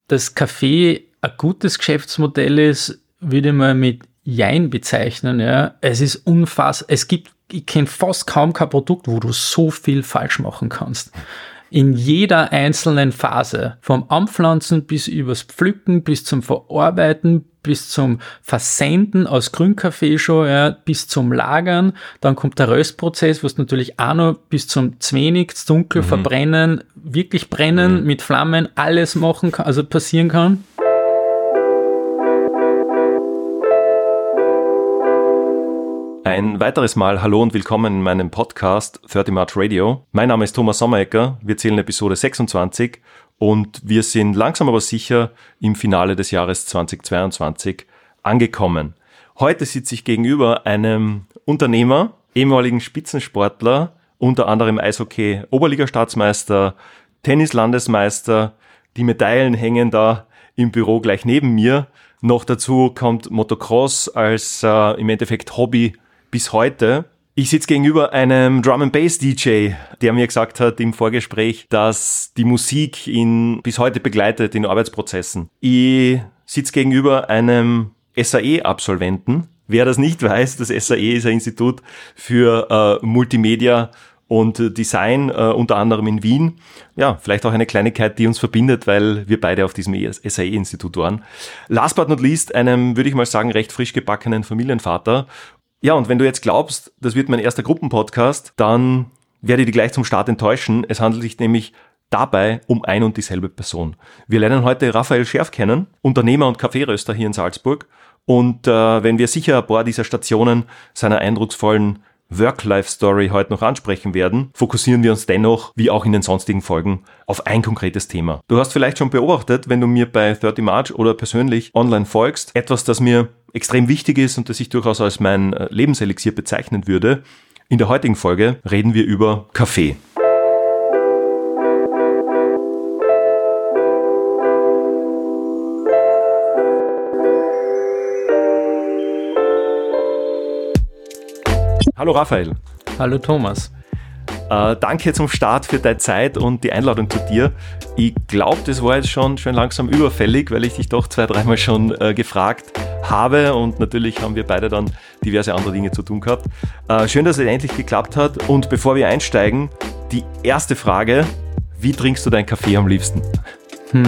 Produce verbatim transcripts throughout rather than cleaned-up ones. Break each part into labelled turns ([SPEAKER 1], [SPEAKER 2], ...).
[SPEAKER 1] dass Kaffee ein gutes Geschäftsmodell ist, würde ich mal mit Jein bezeichnen. Ja. Es ist unfassbar. Es gibt, ich kenne fast kaum kein Produkt, wo du so viel falsch machen kannst. In jeder einzelnen Phase, vom Anpflanzen bis übers Pflücken, bis zum Verarbeiten, bis zum Versenden aus Grünkaffee schon, ja, bis zum Lagern. Dann kommt der Röstprozess, was natürlich auch noch bis zum Zwenig, dunkel, mhm. verbrennen, wirklich brennen, mhm. mit Flammen, alles machen kann, also passieren kann.
[SPEAKER 2] Ein weiteres Mal hallo und willkommen in meinem Podcast dreißig March Radio. Mein Name ist Thomas Sommerecker, wir zählen Episode sechsundzwanzig und wir sind langsam aber sicher im Finale des Jahres zweitausendzweiundzwanzig angekommen. Heute sitze ich gegenüber einem Unternehmer, ehemaligen Spitzensportler, unter anderem Eishockey-Oberliga-Staatsmeister, Tennis-Landesmeister, die Medaillen hängen da im Büro gleich neben mir. Noch dazu kommt Motocross als äh, im Endeffekt Hobby bis heute. Ich sitze gegenüber einem Drum-and-Bass-D J, der mir gesagt hat im Vorgespräch, dass die Musik ihn bis heute begleitet in Arbeitsprozessen. Ich sitze gegenüber einem S A E-Absolventen. Wer das nicht weiß, das S A E ist ein Institut für äh, Multimedia und Design, äh, unter anderem in Wien. Ja, vielleicht auch eine Kleinigkeit, die uns verbindet, weil wir beide auf diesem S A E-Institut waren. Last but not least, einem, würde ich mal sagen, recht frisch gebackenen Familienvater. Ja, und wenn du jetzt glaubst, das wird mein erster Gruppenpodcast, dann werde ich dich gleich zum Start enttäuschen. Es handelt sich nämlich dabei um ein und dieselbe Person. Wir lernen heute Raphael Scherf kennen, Unternehmer und Kaffeeröster hier in Salzburg. Und äh, wenn wir sicher ein paar dieser Stationen seiner eindrucksvollen Work-Life-Story heute noch ansprechen werden, fokussieren wir uns dennoch, wie auch in den sonstigen Folgen, auf ein konkretes Thema. Du hast vielleicht schon beobachtet, wenn du mir bei dreißig March oder persönlich online folgst, etwas, das mir extrem wichtig ist und das ich durchaus als mein Lebenselixier bezeichnen würde. In der heutigen Folge reden wir über Kaffee. Hallo Raphael.
[SPEAKER 1] Hallo Thomas.
[SPEAKER 2] Äh, danke zum Start für deine Zeit und die Einladung zu dir. Ich glaube, das war jetzt schon schön langsam überfällig, weil ich dich doch zwei, dreimal schon äh, gefragt habe und natürlich haben wir beide dann diverse andere Dinge zu tun gehabt. Äh, schön, dass es endlich geklappt hat und bevor wir einsteigen, die erste Frage, wie trinkst du deinen Kaffee am liebsten?
[SPEAKER 1] Hm.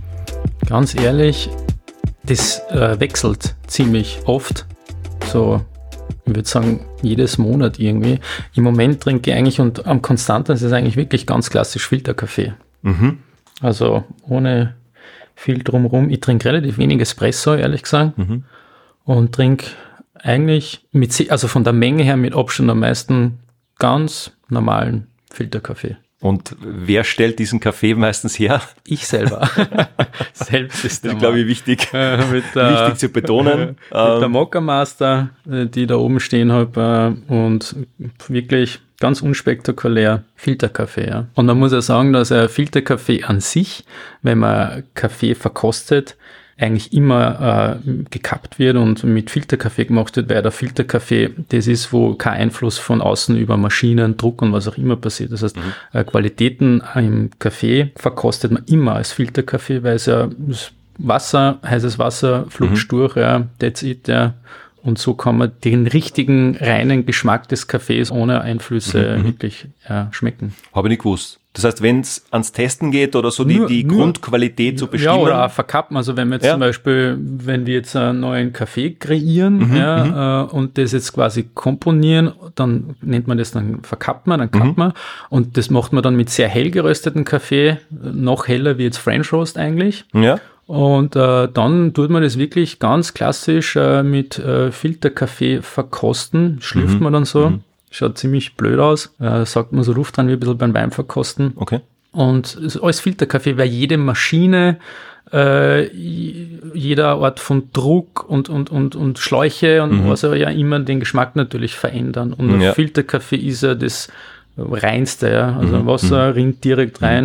[SPEAKER 1] Ganz ehrlich, das äh, wechselt ziemlich oft, so ich würde sagen, jedes Monat irgendwie. Im Moment trinke ich eigentlich, und am konstanten ist es eigentlich wirklich ganz klassisch Filterkaffee. Mhm. Also ohne viel drumherum. Ich trinke relativ wenig Espresso, ehrlich gesagt. Mhm. Und trinke eigentlich, mit, also von der Menge her mit Abstand am meisten ganz normalen Filterkaffee.
[SPEAKER 2] Und wer stellt diesen Kaffee meistens her?
[SPEAKER 1] Ich selber. Selbst ist
[SPEAKER 2] das, glaube ich, wichtig,
[SPEAKER 1] äh, mit, äh,
[SPEAKER 2] wichtig zu betonen.
[SPEAKER 1] Mit der Mokka Master, die da oben stehen habe, äh, und wirklich ganz unspektakulär Filterkaffee. Ja. Und man muss ja sagen, dass ein Filterkaffee an sich, wenn man Kaffee verkostet, eigentlich immer äh, gekappt wird und mit Filterkaffee gemacht wird, weil der Filterkaffee, das ist, wo kein Einfluss von außen über Maschinen, Druck und was auch immer passiert. Das heißt, mhm. äh, Qualitäten im Kaffee verkostet man immer als Filterkaffee, weil es ja Wasser, heißes Wasser, flutscht mhm. durch, ja, that's it, ja. Und so kann man den richtigen, reinen Geschmack des Kaffees ohne Einflüsse mhm. wirklich ja, schmecken.
[SPEAKER 2] Habe ich nicht gewusst. Das heißt, wenn es ans Testen geht oder so, die,
[SPEAKER 1] nur,
[SPEAKER 2] die
[SPEAKER 1] nur,
[SPEAKER 2] Grundqualität zu bestimmen.
[SPEAKER 1] Ja, oder auch verkappen. Also wenn wir jetzt ja. zum Beispiel, wenn wir jetzt einen neuen Kaffee kreieren mhm, ja, äh, und das jetzt quasi komponieren, dann nennt man das dann verkappt man, dann kappt mhm. man. Und das macht man dann mit sehr hell gerösteten Kaffee, noch heller wie jetzt French Roast eigentlich.
[SPEAKER 2] Ja.
[SPEAKER 1] Und äh, dann tut man das wirklich ganz klassisch äh, mit äh, Filterkaffee verkosten, schlürft mhm. man dann so. Mhm. Schaut ziemlich blöd aus, äh, sagt man so Luft dran wie ein bisschen beim Wein verkosten.
[SPEAKER 2] Okay.
[SPEAKER 1] Und als Filterkaffee, weil jede Maschine, äh, jeder Art von Druck und, und, und, und Schläuche und mhm. was ja immer den Geschmack natürlich verändern. Und ja. Filterkaffee ist ja das Reinste, ja. Also mhm. Wasser mhm. rinnt direkt rein,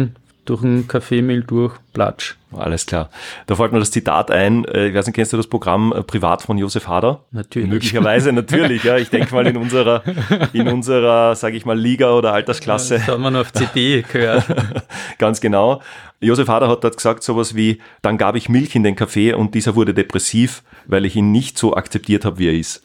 [SPEAKER 1] durch den Kaffeemehl durch, platsch.
[SPEAKER 2] Alles klar. Da fällt mir das Zitat ein, ich weiß nicht, kennst du das Programm Privat von Josef Hader?
[SPEAKER 1] Natürlich.
[SPEAKER 2] Möglicherweise, natürlich, ja. Ich denke mal in unserer, in unserer, sage ich mal, Liga oder Altersklasse.
[SPEAKER 1] Das hat man auf C D gehört.
[SPEAKER 2] Ganz genau. Josef Hader hat dort gesagt sowas wie, dann gab ich Milch in den Kaffee und dieser wurde depressiv, weil ich ihn nicht so akzeptiert habe, wie er ist.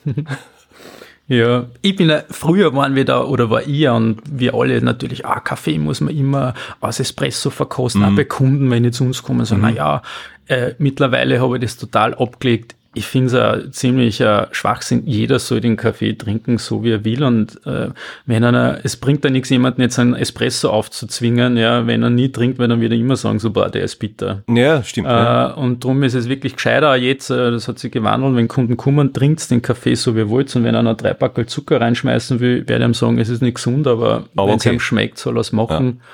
[SPEAKER 1] Ja, ich bin ja, früher waren wir da, oder war ich und wir alle natürlich, ah, Kaffee muss man immer aus Espresso verkosten, mhm. auch bei Kunden, wenn die zu uns kommen, sagen, mhm. naja, äh, mittlerweile habe ich das total abgelegt. Ich finde es ein ziemlich äh, Schwachsinn. Jeder soll den Kaffee trinken, so wie er will. Und äh, wenn einer, es bringt ja nichts, jemanden jetzt einen Espresso aufzuzwingen, ja, wenn er nie trinkt, weil dann wird er immer sagen, so, boah, der ist bitter.
[SPEAKER 2] Ja, stimmt.
[SPEAKER 1] Äh, ja. Und darum ist es wirklich gescheiter jetzt, äh, das hat sich gewandelt, wenn Kunden kommen, trinkt den Kaffee so wie ihr wollt. Und wenn einer drei Packel Zucker reinschmeißen will, werde ich ihm sagen, es ist nicht gesund, aber, aber wenn es okay. ihm schmeckt, soll er es machen. Ja.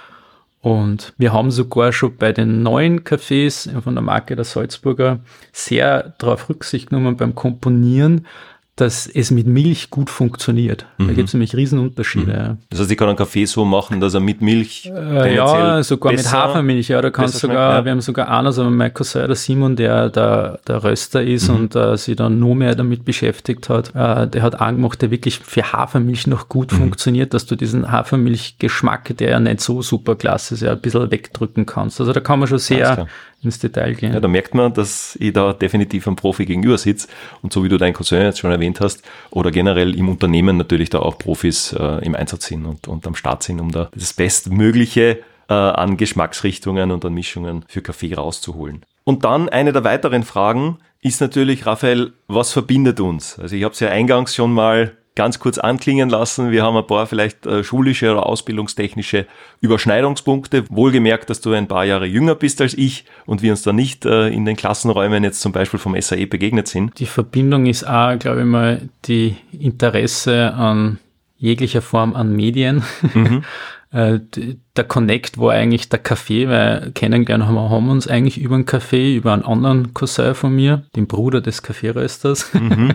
[SPEAKER 1] Und wir haben sogar schon bei den neuen Cafés von der Marke der Salzburger sehr darauf Rücksicht genommen beim Komponieren, dass es mit Milch gut funktioniert. Mhm. Da gibt es nämlich Riesenunterschiede. Mhm. Ja.
[SPEAKER 2] Das heißt, ich kann einen Kaffee so machen, dass er mit Milch
[SPEAKER 1] äh, ja, sogar mit Hafermilch. Ja, da kannst sogar, ja. Wir haben sogar einen, also mein Cousin, der Simon, der der, der Röster ist mhm. und äh, sich dann noch mehr damit beschäftigt hat. Äh, der hat angemacht, der wirklich für Hafermilch noch gut mhm. funktioniert, dass du diesen Hafermilchgeschmack, der ja nicht so super klasse ist, ja ein bisschen wegdrücken kannst. Also da kann man schon sehr ins Detail gehen.
[SPEAKER 2] Ja, da merkt man, dass ich da definitiv einem Profi gegenüber sitze und so wie du deinen Cousin jetzt schon erwähnt hast oder generell im Unternehmen natürlich da auch Profis äh, im Einsatz sind und, und am Start sind, um da das Bestmögliche äh, an Geschmacksrichtungen und an Mischungen für Kaffee rauszuholen. Und dann eine der weiteren Fragen ist natürlich, Raphael, was verbindet uns? Also ich habe es ja eingangs schon mal ganz kurz anklingen lassen. Wir haben ein paar vielleicht äh, schulische oder ausbildungstechnische Überschneidungspunkte. Wohlgemerkt, dass du ein paar Jahre jünger bist als ich und wir uns da nicht äh, in den Klassenräumen jetzt zum Beispiel vom S A E begegnet sind.
[SPEAKER 1] Die Verbindung ist auch, glaube ich mal, die Interesse an jeglicher Form an Medien. Mhm. äh, der Connect war eigentlich der Kaffee, weil kennengelernt haben wir haben uns eigentlich über einen Kaffee, über einen anderen Cousin von mir, den Bruder des Kaffeerösters. Mhm.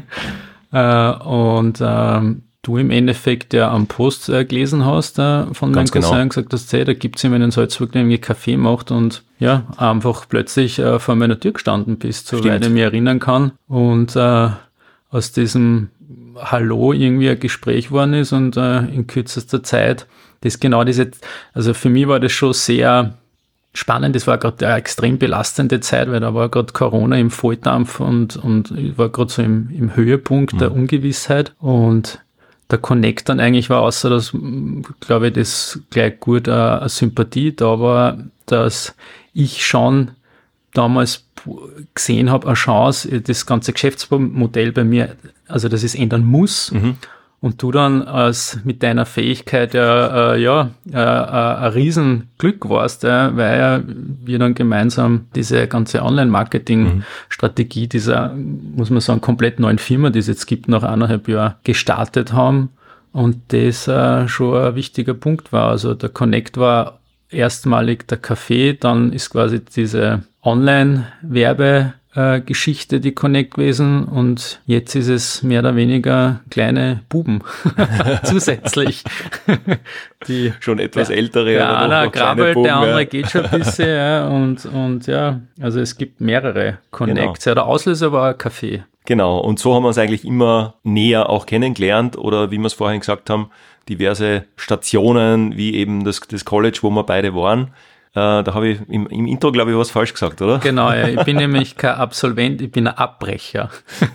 [SPEAKER 1] Uh, und uh, du im Endeffekt ja am Post uh, gelesen hast uh, von meinem Cousin genau. gesagt hast, hey, da gibt es jemanden in Salzburg, der irgendwie Kaffee macht und ja, einfach plötzlich uh, vor meiner Tür gestanden bist, soweit ich mich erinnern kann. Und uh, aus diesem Hallo irgendwie ein Gespräch geworden ist und uh, in kürzester Zeit, das genau diese, also für mich war das schon sehr spannend, das war gerade eine extrem belastende Zeit, weil da war gerade Corona im Volldampf und, und ich war gerade so im, im Höhepunkt mhm. der Ungewissheit und der Connect dann eigentlich war, außer dass, glaube ich, das gleich gut äh, eine Sympathie da war, dass ich schon damals gesehen habe, eine Chance, das ganze Geschäftsmodell bei mir, also dass es ändern muss. Mhm. Und du dann als mit deiner Fähigkeit ja, äh, ja äh, äh, ein Riesenglück warst, ja, weil ja wir dann gemeinsam diese ganze Online-Marketing-Strategie mhm. dieser, muss man sagen, komplett neuen Firma, die es jetzt gibt, nach eineinhalb Jahren gestartet haben. Und das äh, schon ein wichtiger Punkt war. Also der Connect war erstmalig der Kaffee, dann ist quasi diese Online-Werbe Äh, Geschichte, die Connect gewesen und jetzt ist es mehr oder weniger kleine Buben zusätzlich.
[SPEAKER 2] Die schon etwas ja, ältere.
[SPEAKER 1] Der eine krabbelt, der andere ja. geht schon ein bisschen ja, und, und ja, also es gibt mehrere Connects. Genau. Ja, der Auslöser war ein Kaffee.
[SPEAKER 2] Genau, und so haben wir uns eigentlich immer näher auch kennengelernt oder wie wir es vorhin gesagt haben, diverse Stationen, wie eben das, das College, wo wir beide waren. Uh, da habe ich im, im Intro, glaube ich, was falsch gesagt, oder?
[SPEAKER 1] Genau, ja. Ich bin nämlich kein Absolvent, ich bin ein Abbrecher.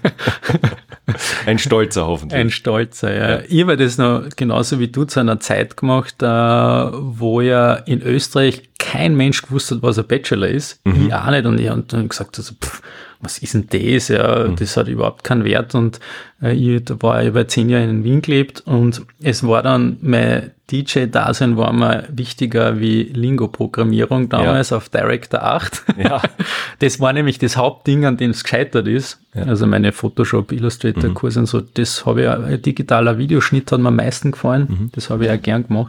[SPEAKER 2] Ein Stolzer hoffentlich.
[SPEAKER 1] Ein Stolzer, ja. ja. Ich habe das noch genauso wie du zu einer Zeit gemacht, uh, wo ja in Österreich kein Mensch gewusst hat, was ein Bachelor ist. Mhm. Ich auch nicht. Und ich habe dann gesagt, also, pff, was ist denn das? Ja, mhm. das hat überhaupt keinen Wert. Und äh, ich da war über zehn Jahre in Wien gelebt und es war dann mein D J-Dasein war mir wichtiger wie Lingo-Programmierung damals ja. auf Director acht. Ja. Das war nämlich das Hauptding, an dem es gescheitert ist. Ja. Also meine Photoshop, Illustrator-Kurse mhm. und so, das habe ich auch, digitaler Videoschnitt hat mir am meisten gefallen. Mhm. Das habe ich auch gern gemacht.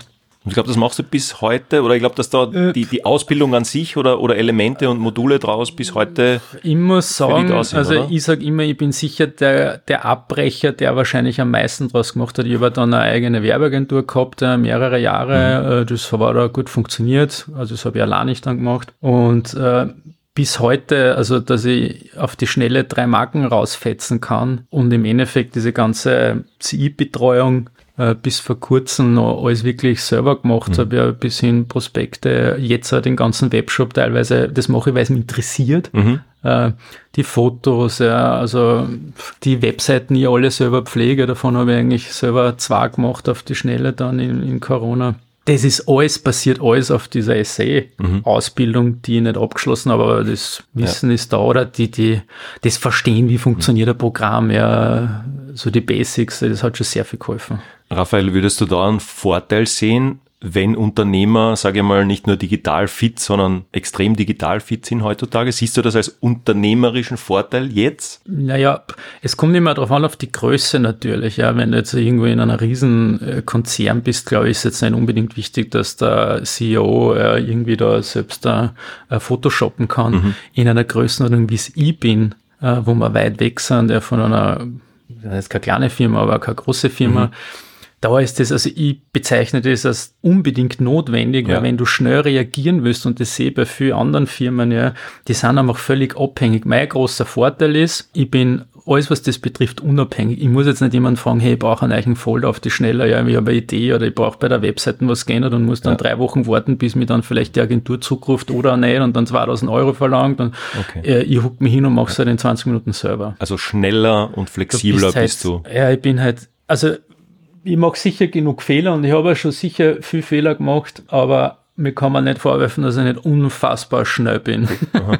[SPEAKER 2] Und ich glaube, das machst du bis heute, oder ich glaube, dass da äh, die, die Ausbildung an sich oder, oder Elemente und Module draus bis heute.
[SPEAKER 1] Ich muss sagen,
[SPEAKER 2] da sind,
[SPEAKER 1] also
[SPEAKER 2] oder?
[SPEAKER 1] ich sage immer, ich bin sicher der, der Abbrecher, der wahrscheinlich am meisten draus gemacht hat. Ich habe dann eine eigene Werbeagentur gehabt, äh, mehrere Jahre. Mhm. Das war da gut funktioniert. Also das habe ich allein nicht dann gemacht. Und äh, bis heute, also dass ich auf die Schnelle drei Marken rausfetzen kann und im Endeffekt diese ganze C I-Betreuung äh, bis vor kurzem noch alles wirklich selber gemacht mhm. habe, ja bis hin Prospekte, jetzt halt den ganzen Webshop teilweise, das mache ich, weil es mich interessiert. Mhm. Äh, die Fotos, ja, also die Webseiten, die ich alle selber pflege, davon habe ich eigentlich selber zwei gemacht auf die Schnelle dann in, in Corona. Das ist alles, passiert alles auf dieser S E-Ausbildung, mhm. die ich nicht abgeschlossen habe, aber das Wissen ja. ist da, oder die, die, das Verstehen, wie funktioniert mhm. ein Programm, ja, so die Basics, das hat schon sehr viel geholfen.
[SPEAKER 2] Raphael, würdest du da einen Vorteil sehen, wenn Unternehmer, sage ich mal, nicht nur digital fit, sondern extrem digital fit sind heutzutage? Siehst du das als unternehmerischen Vorteil jetzt?
[SPEAKER 1] Naja, es kommt immer darauf an, auf die Größe natürlich. Ja, wenn du jetzt irgendwo in einer riesen Konzern bist, glaube ich, ist jetzt nicht unbedingt wichtig, dass der C E O äh, irgendwie da selbst da äh, photoshoppen kann. Mhm. In einer Größenordnung, wie es ich bin, äh, wo wir weit weg sind, ja, von einer, das ist keine kleine Firma, aber keine große Firma, mhm. Da ist das, also ich bezeichne das als unbedingt notwendig, ja. weil wenn du schnell reagieren willst, und das sehe ich bei vielen anderen Firmen, ja, die sind einfach völlig abhängig. Mein großer Vorteil ist, ich bin alles, was das betrifft, unabhängig. Ich muss jetzt nicht jemanden fragen, hey, ich brauche einen neuen Folder auf die Schnelle, ja, ich habe eine Idee oder ich brauche bei der Webseite was geändert und muss dann ja. drei Wochen warten, bis mir dann vielleicht die Agentur zurückruft oder nicht und dann zweitausend Euro verlangt. Und okay. äh, ich huck mich hin und mache es ja. halt in zwanzig Minuten selber.
[SPEAKER 2] Also schneller und flexibler
[SPEAKER 1] du
[SPEAKER 2] bist,
[SPEAKER 1] halt,
[SPEAKER 2] du.
[SPEAKER 1] Ja, ich bin halt, also ich mache sicher genug Fehler und ich habe auch schon sicher viel Fehler gemacht, aber mir kann man nicht vorwerfen, dass ich nicht unfassbar schnell bin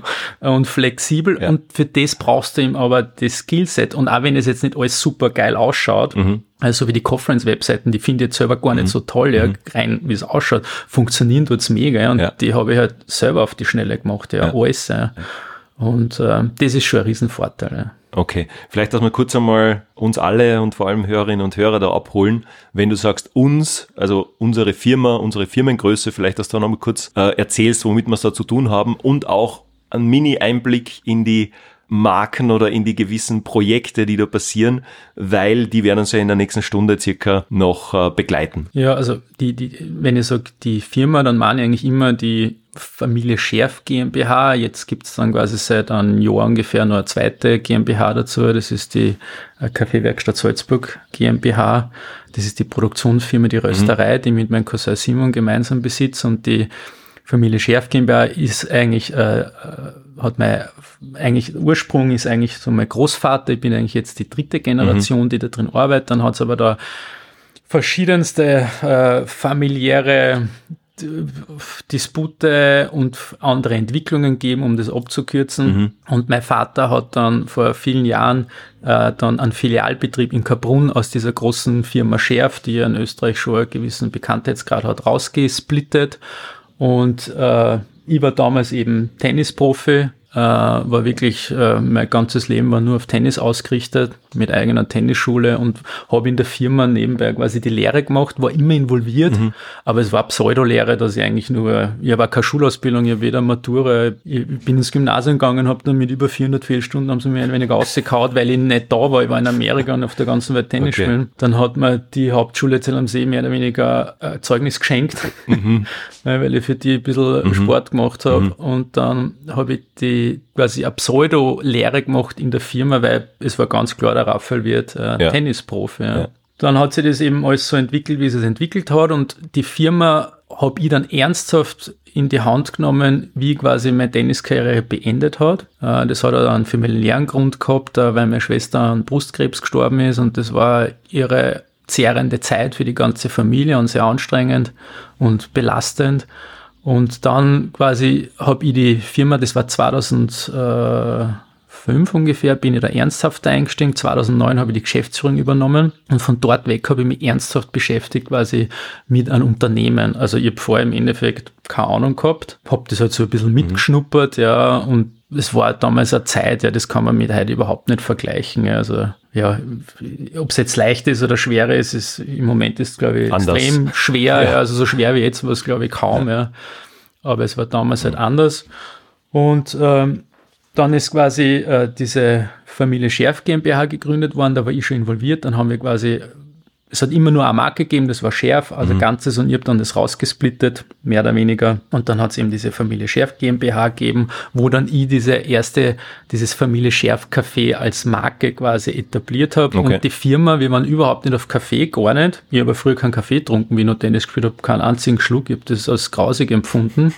[SPEAKER 1] und flexibel ja. und für das brauchst du eben aber das Skillset und auch wenn es jetzt nicht alles super geil ausschaut, mhm. also wie die Conference-Webseiten, die finde ich jetzt selber gar nicht mhm. so toll, ja, mhm. rein wie es ausschaut, funktionieren tut's mega ja, und ja. die habe ich halt selber auf die Schnelle gemacht, ja, ja. alles. Ja. Und äh, das ist schon ein Riesenvorteil. Ja.
[SPEAKER 2] Okay, vielleicht, dass wir kurz einmal uns alle und vor allem Hörerinnen und Hörer da abholen. Wenn du sagst uns, also unsere Firma, unsere Firmengröße, vielleicht, dass du noch mal kurz äh, erzählst, womit wir es da zu tun haben und auch einen Mini-Einblick in die Marken oder in die gewissen Projekte, die da passieren, weil die werden uns ja in der nächsten Stunde circa noch äh, begleiten.
[SPEAKER 1] Ja, also die, die, wenn ich sage die Firma, dann meine ich eigentlich immer die Familie Scherf GmbH. Jetzt gibt es dann quasi seit einem Jahr ungefähr noch eine zweite GmbH dazu. Das ist die Kaffeewerkstatt Salzburg GmbH. Das ist die Produktionsfirma, die Rösterei, mhm. die mit meinem Cousin Simon gemeinsam besitzt. Und die Familie Scherf GmbH ist eigentlich, äh, hat mein, eigentlich, Ursprung ist eigentlich so mein Großvater. Ich bin eigentlich jetzt die dritte Generation, mhm. die da drin arbeitet. Dann hat es aber da verschiedenste äh, familiäre Dispute und andere Entwicklungen geben, um das abzukürzen. Mhm. Und mein Vater hat dann vor vielen Jahren äh, dann einen Filialbetrieb in Kaprun aus dieser großen Firma Scherf, die ja in Österreich schon einen gewissen Bekanntheitsgrad hat, rausgesplittet. Und äh, ich war damals eben Tennisprofi, äh, war wirklich, äh, mein ganzes Leben war nur auf Tennis ausgerichtet, mit eigener Tennisschule und habe in der Firma nebenbei quasi die Lehre gemacht, war immer involviert, mhm. aber es war Pseudolehre, dass ich eigentlich nur, ich habe auch keine Schulausbildung, ich habe weder Matura, ich bin ins Gymnasium gegangen, habe dann mit über vierhundert Fehlstunden, haben sie mir ein wenig rausgehauen, weil ich nicht da war, ich war in Amerika und auf der ganzen Welt Tennis okay. spielen. Dann hat mir die Hauptschule Zell am See mehr oder weniger ein Zeugnis geschenkt, mhm. weil ich für die ein bisschen mhm. Sport gemacht habe mhm. und dann habe ich die quasi eine Pseudo-Lehre gemacht in der Firma, weil es war ganz klar, der Raphael wird äh, ja. Tennisprofi. Ja. Ja. Dann hat sich das eben alles so entwickelt, wie es sich entwickelt hat und die Firma habe ich dann ernsthaft in die Hand genommen, wie quasi meine Tenniskarriere beendet hat. Äh, das hat auch einen familiären Grund gehabt, äh, weil meine Schwester an Brustkrebs gestorben ist und das war ihre zehrende Zeit für die ganze Familie und sehr anstrengend und belastend. Und dann quasi habe ich die Firma, das war zweitausendfünf ungefähr, bin ich da ernsthaft eingestiegen. zweitausendneun habe ich die Geschäftsführung übernommen und von dort weg habe ich mich ernsthaft beschäftigt quasi mit einem Unternehmen. Also ich habe vorher im Endeffekt keine Ahnung gehabt, habe das halt so ein bisschen mitgeschnuppert, ja, und das war damals eine Zeit, ja, das kann man mit heute überhaupt nicht vergleichen. Ja. Also, ja, ob es jetzt leicht ist oder schwer ist, ist im Moment ist, glaube ich,
[SPEAKER 2] anders.
[SPEAKER 1] Extrem schwer.
[SPEAKER 2] Ja.
[SPEAKER 1] Ja. Also so schwer wie jetzt war es, glaube ich, kaum. Ja. Ja. Aber es war damals halt anders. Und ähm, dann ist quasi äh, diese Familie Scherf GmbH gegründet worden, da war ich schon involviert. Dann haben wir quasi, es hat immer nur eine Marke gegeben, das war Scherf, also mhm. Ganzes, und ich habe dann das rausgesplittet, mehr oder weniger. Und dann hat es eben diese Familie Scherf GmbH gegeben, wo dann ich diese erste, dieses Familie Scherf Café als Marke quasi etabliert habe.
[SPEAKER 2] Okay.
[SPEAKER 1] Und die Firma, wir waren überhaupt nicht auf Kaffee, gar nicht. Ich habe früher keinen Kaffee getrunken, wie ich noch Tennis gespielt habe, keinen einzigen Schluck. Ich habe das als grausig empfunden.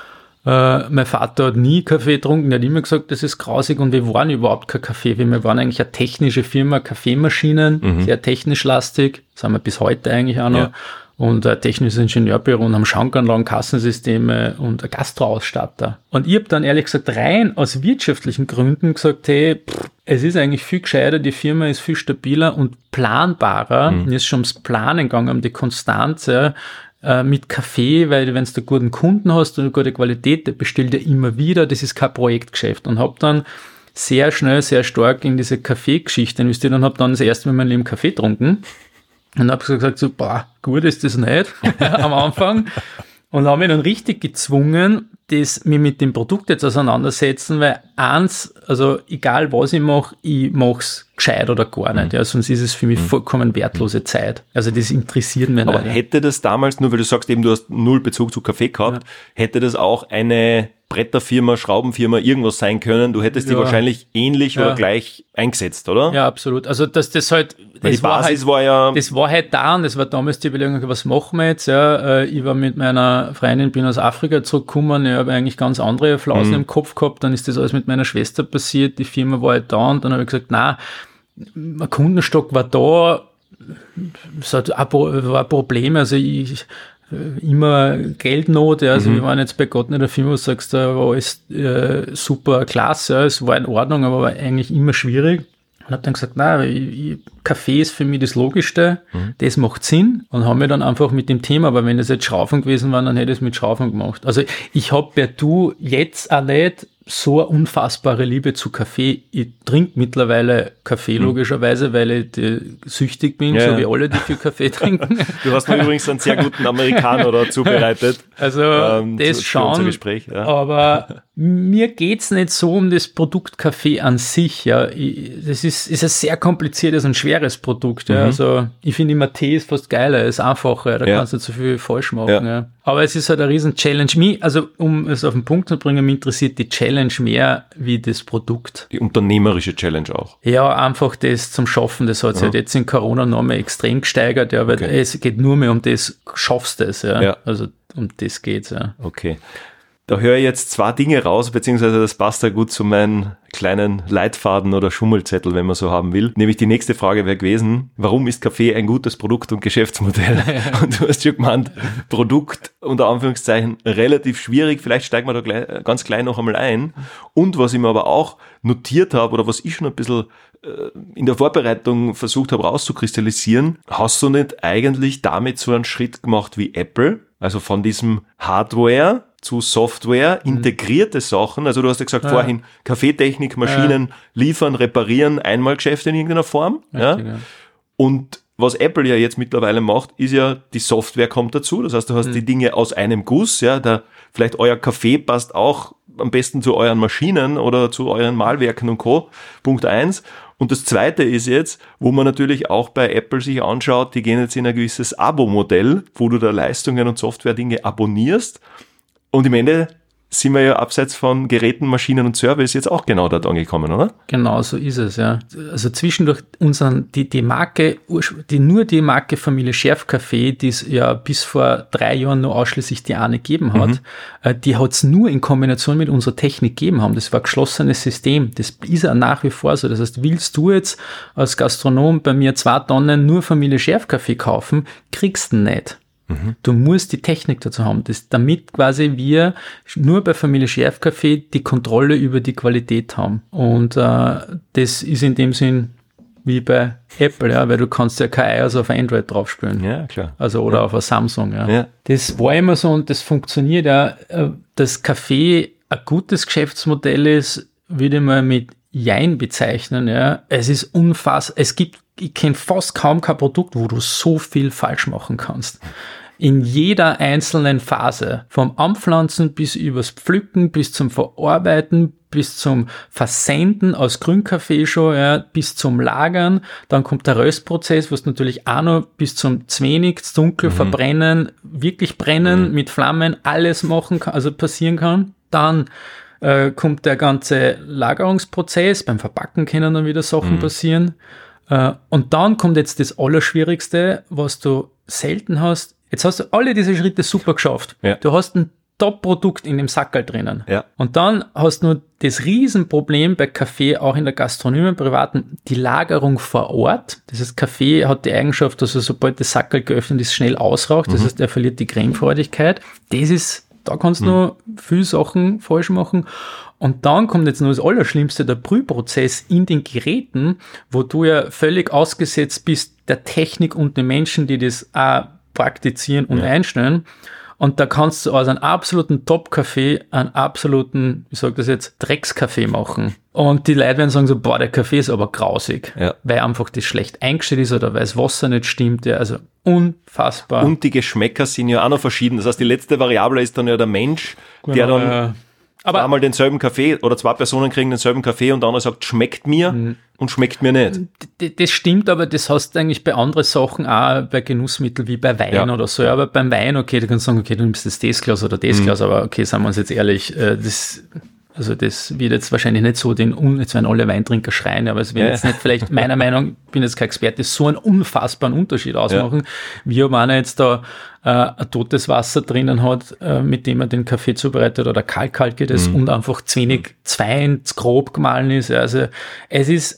[SPEAKER 1] Uh, mein Vater hat nie Kaffee getrunken, er hat immer gesagt, das ist grausig, und wir waren überhaupt kein Kaffee, wir waren eigentlich eine technische Firma, Kaffeemaschinen, mhm. sehr technisch lastig, das haben wir bis heute eigentlich auch noch, ja. Und ein technisches Ingenieurbüro und haben Schankanlagen, Kassensysteme und ein Gastroausstatter. Und ich habe dann ehrlich gesagt rein aus wirtschaftlichen Gründen gesagt, hey, pff, es ist eigentlich viel gescheiter, die Firma ist viel stabiler und planbarer, mhm. mir ist schon ums Planen gegangen, um die Konstanz, ja, mit Kaffee, weil wenn du einen guten Kunden hast und eine gute Qualität, der bestellt ja immer wieder, das ist kein Projektgeschäft, und habe dann sehr schnell, sehr stark in diese Kaffeegeschichte investiert und habe dann das erste Mal in meinem Leben Kaffee getrunken und habe gesagt, so, boah, gut ist das nicht am Anfang, und habe mich dann richtig gezwungen, das mir mit dem Produkt jetzt auseinandersetzen, weil eins, also egal was ich mache, ich mache es gescheit oder gar nicht, mhm. ja, sonst ist es für mich mhm. vollkommen wertlose Zeit. Also das interessiert mich
[SPEAKER 2] Aber
[SPEAKER 1] nicht.
[SPEAKER 2] Aber hätte das damals, nur weil du sagst eben, du hast null Bezug zu Kaffee gehabt, ja. hätte das auch eine Bretterfirma, Schraubenfirma, irgendwas sein können, du hättest ja. die wahrscheinlich ähnlich ja. oder gleich eingesetzt, oder?
[SPEAKER 1] Ja, absolut. Also dass das halt,
[SPEAKER 2] das
[SPEAKER 1] die
[SPEAKER 2] war Basis halt, war ja...
[SPEAKER 1] Das war halt da, und das war damals die Überlegung, was machen wir jetzt? Ja, ich war mit meiner Freundin, bin aus Afrika zurückgekommen, ich habe eigentlich ganz andere Flausen mhm. im Kopf gehabt, dann ist das alles mit meiner Schwester passiert, die Firma war halt da, und dann habe ich gesagt, na, ein Kundenstock war da, es hat ein, war ein Problem, also ich immer Geldnot, ja, also mhm. wir waren jetzt bei Gott nicht der Firma, wo du sagst, da war alles äh, super klasse, ja, es war in Ordnung, aber war eigentlich immer schwierig. Und habe dann gesagt, na, Kaffee ist für mich das Logischste, mhm. das macht Sinn, und haben wir dann einfach mit dem Thema, aber wenn das jetzt Schraufen gewesen war, dann hätte ich es mit Schraufen gemacht. Also ich habe per Du jetzt auch nicht so eine unfassbare Liebe zu Kaffee. Ich trinke mittlerweile Kaffee mhm. logischerweise, weil ich die, süchtig bin, ja, so wie alle, die viel Kaffee trinken.
[SPEAKER 2] Du hast mir übrigens einen sehr guten Amerikaner da zubereitet.
[SPEAKER 1] Also ähm, das zu, schon,
[SPEAKER 2] unser Gespräch, ja.
[SPEAKER 1] Aber mir geht's nicht so um das Produkt Kaffee an sich. Ja. Ich, das ist, ist ein sehr kompliziertes und schweres Produkt. Ja. Mhm. Also ich finde immer, Tee ist fast geiler, ist einfacher, da ja. kannst du nicht so viel falsch machen. Ja. Ja. Aber es ist halt eine riesen Challenge. Mich, also um es auf den Punkt zu bringen, mich interessiert die Challenge mehr wie das Produkt.
[SPEAKER 2] Die unternehmerische Challenge auch.
[SPEAKER 1] Ja, einfach das zum Schaffen, das hat sich ja. halt jetzt in Corona noch mal extrem gesteigert, ja, weil okay. es geht nur mehr um das, schaffst du es, ja. ja. Also um das geht's, ja.
[SPEAKER 2] Okay. Da höre ich jetzt zwei Dinge raus, beziehungsweise das passt ja gut zu meinen kleinen Leitfaden oder Schummelzettel, wenn man so haben will. Nämlich die nächste Frage wäre gewesen, warum ist Kaffee ein gutes Produkt und Geschäftsmodell? Und du hast schon gemeint, Produkt unter Anführungszeichen relativ schwierig, vielleicht steigen wir da gleich, ganz klein noch einmal ein. Und was ich mir aber auch notiert habe oder was ich schon ein bisschen äh, in der Vorbereitung versucht habe rauszukristallisieren, hast du nicht eigentlich damit so einen Schritt gemacht wie Apple? Also von diesem Hardware zu Software, integrierte mhm. Sachen, also du hast ja gesagt ja. vorhin, Kaffeetechnik, Maschinen ja. liefern, reparieren, Einmalgeschäfte in irgendeiner Form. Richtig, ja. ja. Und was Apple ja jetzt mittlerweile macht, ist ja, die Software kommt dazu, das heißt, du hast mhm. die Dinge aus einem Guss, ja, da vielleicht euer Kaffee passt auch am besten zu euren Maschinen oder zu euren Mahlwerken und Co. Punkt eins. Und das zweite ist jetzt, wo man natürlich auch bei Apple sich anschaut, die gehen jetzt in ein gewisses Abo-Modell, wo du da Leistungen und Software-Dinge abonnierst. Und im Ende sind wir ja abseits von Geräten, Maschinen und Service jetzt auch genau dort angekommen, oder?
[SPEAKER 1] Genau, so ist es, ja. Also zwischendurch unseren, die, die Marke, die, nur die Marke Familie Scherf Kaffee, die es ja bis vor drei Jahren nur ausschließlich die eine gegeben hat, mhm. die hat es nur in Kombination mit unserer Technik gegeben haben. Das war ein geschlossenes System. Das ist ja nach wie vor so. Das heißt, willst du jetzt als Gastronom bei mir zwei Tonnen nur Familie Scherf Kaffee kaufen, kriegst du nicht. Du musst die Technik dazu haben, das, damit quasi wir nur bei Familie Scherf Kaffee die Kontrolle über die Qualität haben. Und äh, das ist in dem Sinn wie bei Apple, ja, weil du kannst ja kein iOS auf Android draufspielen.
[SPEAKER 2] Ja, klar.
[SPEAKER 1] Also oder
[SPEAKER 2] ja.
[SPEAKER 1] auf ein Samsung. Ja.
[SPEAKER 2] ja.
[SPEAKER 1] Das war immer so und das funktioniert ja. Das Kaffee ein gutes Geschäftsmodell ist, würde ich mal mit Jein bezeichnen, ja. Es ist unfassbar. Es gibt, ich kenne fast kaum kein Produkt, wo du so viel falsch machen kannst. In jeder einzelnen Phase, vom Anpflanzen bis übers Pflücken, bis zum Verarbeiten, bis zum Versenden aus Grünkaffee schon, ja, bis zum Lagern. Dann kommt der Röstprozess, was natürlich auch noch bis zum Zwenig, Dunkel, mhm. Verbrennen, wirklich brennen, mhm. mit Flammen, alles machen kann, also passieren kann. Dann äh, kommt der ganze Lagerungsprozess, beim Verpacken können dann wieder Sachen mhm. passieren. Äh, und dann kommt jetzt das Allerschwierigste, was du selten hast. Jetzt hast du alle diese Schritte super geschafft. Ja. Du hast ein Top-Produkt in dem Sackerl drinnen. Ja. Und dann hast du nur das Riesenproblem bei Kaffee, auch in der Gastronomie, im Privaten, die Lagerung vor Ort. Das heißt, Kaffee hat die Eigenschaft, dass er, sobald das Sackerl geöffnet ist, schnell ausraucht. Das mhm. heißt, er verliert die Cremefreudigkeit. Das ist, da kannst du mhm. noch viele Sachen falsch machen. Und dann kommt jetzt noch das Allerschlimmste, der Brühprozess in den Geräten, wo du ja völlig ausgesetzt bist der Technik und den Menschen, die das auch praktizieren und ja. einstellen. Und da kannst du aus einem absoluten Top-Kaffee einen absoluten, ich sag das jetzt, Dreckskaffee machen. Und die Leute werden sagen so, boah, der Kaffee ist aber grausig, ja. weil einfach das schlecht eingestellt ist oder weil das Wasser nicht stimmt. Ja, also unfassbar.
[SPEAKER 2] Und die Geschmäcker sind ja auch noch verschieden. Das heißt, die letzte Variable ist dann ja der Mensch, genau, der dann ja. aber einmal denselben Kaffee oder zwei Personen kriegen denselben Kaffee und der andere sagt, schmeckt mir mhm. und schmeckt mir nicht.
[SPEAKER 1] D- das stimmt, aber das hast du eigentlich bei anderen Sachen auch, bei Genussmitteln wie bei Wein ja. oder so. Aber beim Wein, okay, du kannst sagen, okay, du nimmst das das Glas oder das mhm. Glas, aber okay, sagen wir uns jetzt ehrlich, das, also das wird jetzt wahrscheinlich nicht so den, jetzt werden alle Weintrinker schreien, aber es wird ja. jetzt nicht vielleicht, meiner Meinung, bin jetzt kein Experte, so einen unfassbaren Unterschied ausmachen, ja. wie ob einer jetzt da äh, ein totes Wasser drinnen hat, äh, mit dem er den Kaffee zubereitet oder kalkhaltig ist mhm. und einfach zu wenig, zwei zu grob gemahlen ist. Also es ist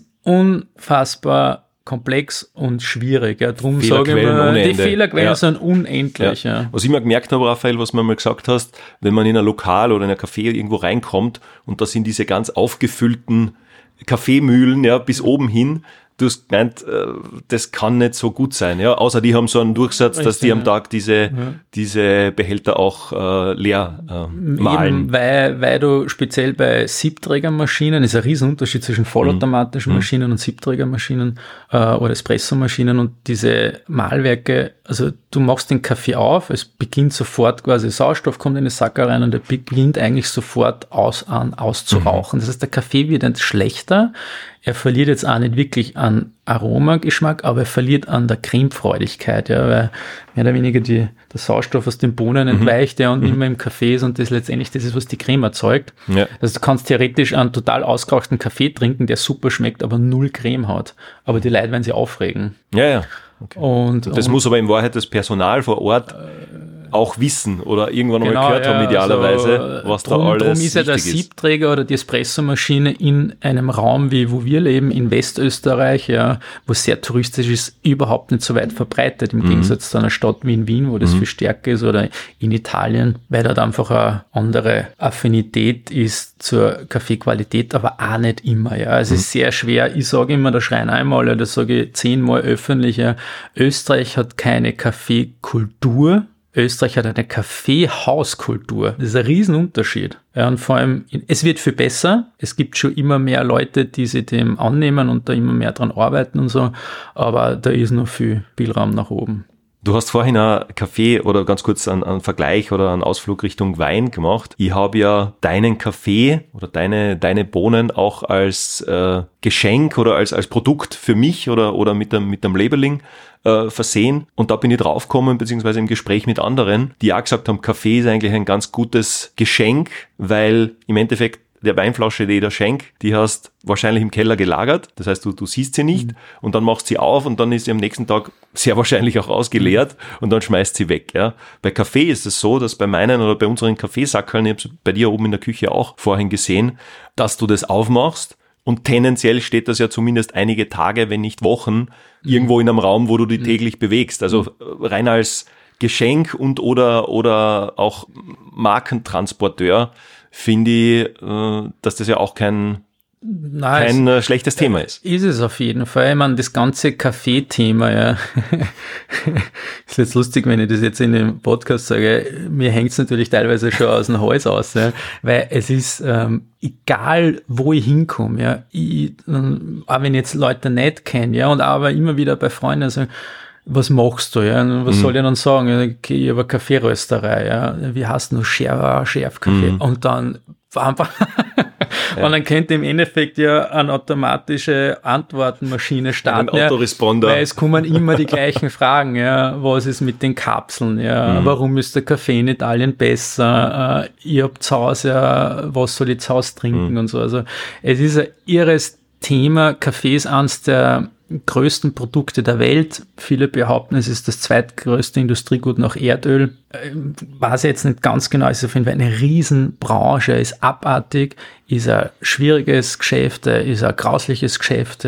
[SPEAKER 1] unfassbar komplex und schwierig. Ja. Darum sage ich mal, die Fehlerquellen ja. sind unendlich. Ja.
[SPEAKER 2] Ja. Was ich mal gemerkt habe, Raphael, was man mal gesagt hast, wenn man in ein Lokal oder in ein Café irgendwo reinkommt und da sind diese ganz aufgefüllten Kaffeemühlen, ja, bis oben hin, du hast gemeint, das kann nicht so gut sein, ja, außer die haben so einen Durchsatz, Richtig, dass die am Tag diese, ja. diese Behälter auch äh, leer äh, mahlen.
[SPEAKER 1] Eben, weil, weil du speziell bei Siebträgermaschinen, ist ein Riesenunterschied zwischen vollautomatischen mhm. Maschinen und Siebträgermaschinen äh, oder Espressomaschinen und diese Mahlwerke, also du machst den Kaffee auf, es beginnt sofort quasi, Sauerstoff kommt in den Sacker rein und der beginnt eigentlich sofort aus, an, auszurauchen. Mhm. Das heißt, der Kaffee wird nicht schlechter, er verliert jetzt auch nicht wirklich an Aromageschmack, aber er verliert an der Cremefreudigkeit, ja, weil mehr oder weniger die, der Sauerstoff aus den Bohnen entweicht, ja, und mhm. immer im Kaffee ist und das letztendlich das ist, was die Creme erzeugt. Ja. Also du kannst theoretisch einen total ausgerauchten Kaffee trinken, der super schmeckt, aber null Creme hat. Aber die Leute werden sich aufregen.
[SPEAKER 2] Ja, ja. Okay.
[SPEAKER 1] Und,
[SPEAKER 2] das
[SPEAKER 1] und,
[SPEAKER 2] muss aber in Wahrheit das Personal vor Ort äh, auch wissen oder irgendwann genau, mal gehört ja, haben, idealerweise, also, was drum, da alles
[SPEAKER 1] Darum ist ja der Siebträger oder die Espressomaschine in einem Raum, wie wo wir leben, in Westösterreich, ja, wo es sehr touristisch ist, überhaupt nicht so weit verbreitet, im mhm. Gegensatz zu einer Stadt wie in Wien, wo das mhm. viel stärker ist, oder in Italien, weil dort einfach eine andere Affinität ist zur Kaffeequalität, aber auch nicht immer. Ja. Es mhm. ist sehr schwer. Ich sage immer, da schreien einmal, das sage ich zehnmal öffentlich, ja, Österreich hat keine Kaffeekultur. Österreich hat eine Kaffeehauskultur. Das ist ein Riesenunterschied. Ja, und vor allem, es wird viel besser. Es gibt schon immer mehr Leute, die sich dem annehmen und da immer mehr dran arbeiten und so. Aber da ist noch viel Spielraum nach oben.
[SPEAKER 2] Du hast vorhin einen Kaffee oder ganz kurz einen, einen Vergleich oder einen Ausflug Richtung Wein gemacht. Ich habe ja deinen Kaffee oder deine, deine Bohnen auch als äh, Geschenk oder als, als Produkt für mich oder, oder mit dem, mit dem Labeling äh, versehen. Und da bin ich draufgekommen, beziehungsweise im Gespräch mit anderen, die auch gesagt haben, Kaffee ist eigentlich ein ganz gutes Geschenk, weil im Endeffekt der Weinflasche, die ich da schenke, die hast wahrscheinlich im Keller gelagert. Das heißt, du, du siehst sie nicht mhm. und dann machst sie auf und dann ist sie am nächsten Tag sehr wahrscheinlich auch ausgeleert und dann schmeißt sie weg. Ja. Bei Kaffee ist es so, dass bei meinen oder bei unseren Kaffeesackeln, ich habe es bei dir oben in der Küche auch vorhin gesehen, dass du das aufmachst und tendenziell steht das ja zumindest einige Tage, wenn nicht Wochen, mhm. irgendwo in einem Raum, wo du dich mhm. täglich bewegst. Also mhm. rein als Geschenk und oder, oder auch Markentransporteur finde ich, dass das ja auch kein Nein, kein es, schlechtes Thema ist.
[SPEAKER 1] Ist es auf jeden Fall. Ich meine, das ganze Kaffee-Thema, ja, ist jetzt lustig, wenn ich das jetzt in dem Podcast sage, mir hängt es natürlich teilweise schon aus dem Hals aus, ja, weil es ist, ähm, egal wo ich hinkomme, ja, ich, auch wenn ich jetzt Leute nicht kenne, ja, und aber immer wieder bei Freunden sagen, was machst du, ja, und was mhm. soll ich dann sagen? Ja, okay, ich habe eine Kaffeerösterei, ja, wie heißt du, Schärfer, Schärfkaffee, mhm. und dann einfach ja. Und dann könnte im Endeffekt ja eine automatische Antwortenmaschine starten,
[SPEAKER 2] ein Autoresponder.
[SPEAKER 1] Ja, weil es kommen immer die gleichen Fragen, ja, was ist mit den Kapseln, ja, mhm. warum ist der Kaffee in Italien besser, äh, ihr habt zu Hause, ja, was soll ich zu Hause trinken mhm. und so, also es ist ein irres Thema. Kaffee ist eines der größten Produkte der Welt. Viele behaupten, es ist das zweitgrößte Industriegut nach Erdöl. Weiß ich jetzt nicht ganz genau, ist auf jeden Fall eine Riesenbranche, ist abartig, ist ein schwieriges Geschäft, ist ein grausliches Geschäft,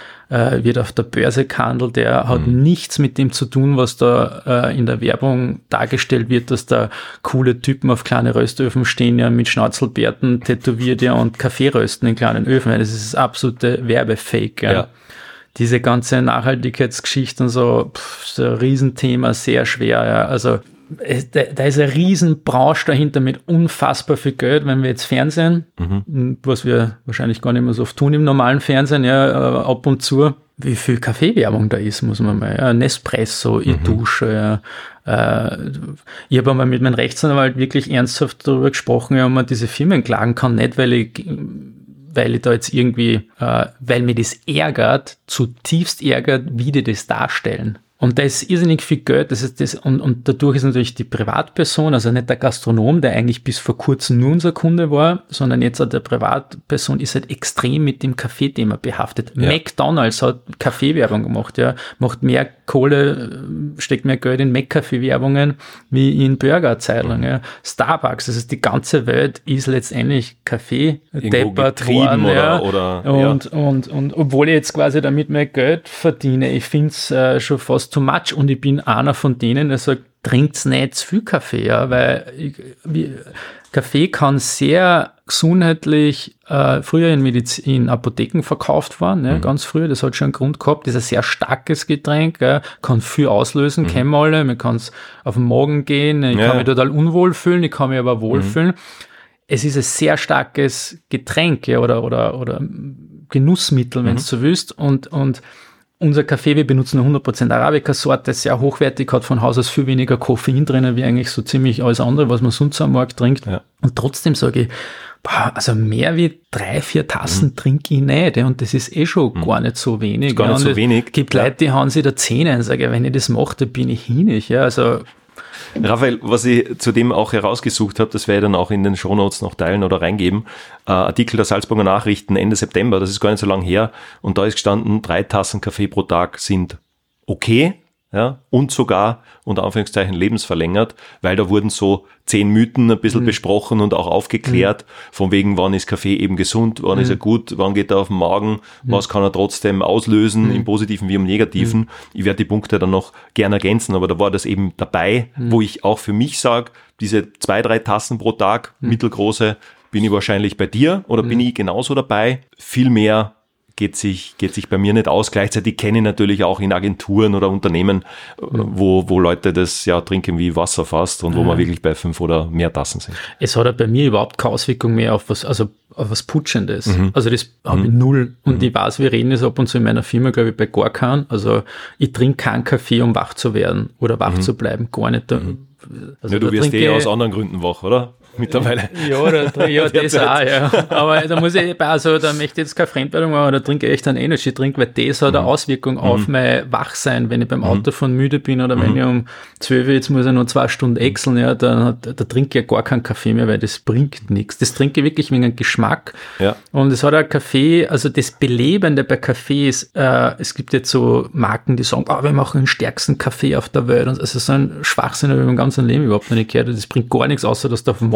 [SPEAKER 1] wird auf der Börse gehandelt, der hat mhm. nichts mit dem zu tun, was da in der Werbung dargestellt wird, dass da coole Typen auf kleine Röstöfen stehen, ja, mit Schnauzelbärten tätowiert, ja, und Kaffee rösten in kleinen Öfen. Das ist das absolute Werbefake, ja. ja. Diese ganze Nachhaltigkeitsgeschichte und so, pff, ist ein Riesenthema, sehr schwer, ja. Also, es, da, da ist eine Riesenbranche dahinter mit unfassbar viel Geld, wenn wir jetzt Fernsehen, mhm. was wir wahrscheinlich gar nicht mehr so oft tun im normalen Fernsehen, ja, ab und zu, wie viel Kaffeewerbung da ist, muss man mal, ja, Nespresso, ich mhm. dusche, ja. Äh, ich habe einmal mit meinem Rechtsanwalt wirklich ernsthaft darüber gesprochen, ja, ob man diese Firmen klagen kann, nicht weil ich weil ich da jetzt irgendwie, äh, weil mir das ärgert, zutiefst ärgert, wie die das darstellen. Und da ist irrsinnig viel Geld, das ist das, und, und dadurch ist natürlich die Privatperson, also nicht der Gastronom, der eigentlich bis vor kurzem nur unser Kunde war, sondern jetzt auch der Privatperson ist halt extrem mit dem Kaffeethema behaftet. Ja. McDonald's hat Kaffeewerbung gemacht, ja, macht mehr Kohle, steckt mehr Geld in Mac-Kaffee-Werbungen wie in Burger-Zeitungen, ja. Starbucks, das heißt, die ganze Welt ist letztendlich Kaffee deppert worden,
[SPEAKER 2] oder,
[SPEAKER 1] ja.
[SPEAKER 2] Oder,
[SPEAKER 1] und,
[SPEAKER 2] ja.
[SPEAKER 1] und, und, und obwohl ich jetzt quasi damit mehr Geld verdiene, ich finde es äh, schon fast too much, und ich bin einer von denen, der sagt, trinkt's nicht zu viel Kaffee, ja, weil ich, wie, Kaffee kann sehr gesundheitlich äh, früher in, Medizin, in Apotheken verkauft worden, ja, mhm. ganz früher, das hat schon einen Grund gehabt, das ist ein sehr starkes Getränk, ja, kann viel auslösen, mhm. kennen wir alle, man kann es auf den Magen gehen, ich ja. kann mich total unwohl fühlen, ich kann mich aber wohlfühlen. Mhm. Es ist ein sehr starkes Getränk, ja, oder, oder, oder Genussmittel, wenn du mhm. so willst, und, und unser Kaffee, wir benutzen eine hundert Prozent Arabica-Sorte, sehr hochwertig, hat von Haus aus viel weniger Koffein drinnen, wie eigentlich so ziemlich alles andere, was man sonst am Markt trinkt. Ja. Und trotzdem sage ich, boah, also mehr wie drei, vier Tassen mhm. trinke ich nicht. Und das ist eh schon mhm. gar nicht so wenig.
[SPEAKER 2] Ist gar nicht
[SPEAKER 1] ja,
[SPEAKER 2] so wenig.
[SPEAKER 1] Es gibt ja. Leute, die hauen sich da Zähne ein, sage ich, wenn ich das mache, dann bin ich hinig. Ja, also
[SPEAKER 2] Raphael, was ich zudem auch herausgesucht habe, das werde ich dann auch in den Shownotes noch teilen oder reingeben, äh, Artikel der Salzburger Nachrichten Ende September, das ist gar nicht so lang her, und da ist gestanden, drei Tassen Kaffee pro Tag sind okay, ja, und sogar unter Anführungszeichen lebensverlängert, weil da wurden so zehn Mythen ein bisschen mhm. besprochen und auch aufgeklärt, mhm. von wegen, wann ist Kaffee eben gesund, wann mhm. ist er gut, wann geht er auf den Magen, mhm. was kann er trotzdem auslösen, mhm. im Positiven wie im Negativen. Mhm. Ich werde die Punkte dann noch gerne ergänzen, aber da war das eben dabei, mhm. wo ich auch für mich sage, diese zwei, drei Tassen pro Tag, mhm. mittelgroße, bin ich wahrscheinlich bei dir oder mhm. bin ich genauso dabei. Viel mehr geht sich, geht sich bei mir nicht aus. Gleichzeitig kenne ich natürlich auch in Agenturen oder Unternehmen, mhm. wo, wo Leute das ja trinken wie Wasser fast und wo mhm. wir wirklich bei fünf oder mehr Tassen sind.
[SPEAKER 1] Es hat ja bei mir überhaupt keine Auswirkung mehr auf was, also auf was Putschendes. Mhm. Also das habe ich null. Und mhm. ich weiß, wir reden das ab und zu in meiner Firma, glaube ich, bei gar keinen. Also ich trinke keinen Kaffee, um wach zu werden oder wach mhm. zu bleiben. Gar nicht.
[SPEAKER 2] Mhm. Also ja, du wirst eh aus anderen Gründen wach, oder? Mittlerweile.
[SPEAKER 1] Ja, da, ja das auch, ja. Aber da muss ich, also da möchte ich jetzt keine Fremdwörterung machen, da trinke ich echt einen Energy-Drink, weil das hat eine mhm. Auswirkung mhm. auf mein Wachsein, wenn ich beim Autofahren müde bin oder mhm. wenn ich um zwölf Uhr, jetzt muss ich noch zwei Stunden ächzeln, ja, dann da trinke ich ja gar keinen Kaffee mehr, weil das bringt nichts. Das trinke ich wirklich wegen einem Geschmack. Ja. Und es hat ein Kaffee, also das Belebende bei Kaffee ist, äh, es gibt jetzt so Marken, die sagen, oh, wir machen den stärksten Kaffee auf der Welt. Und also so ein Schwachsinn habe ich mein ganzes Leben überhaupt noch nicht gehört. Das bringt gar nichts, außer dass du auf dem Magen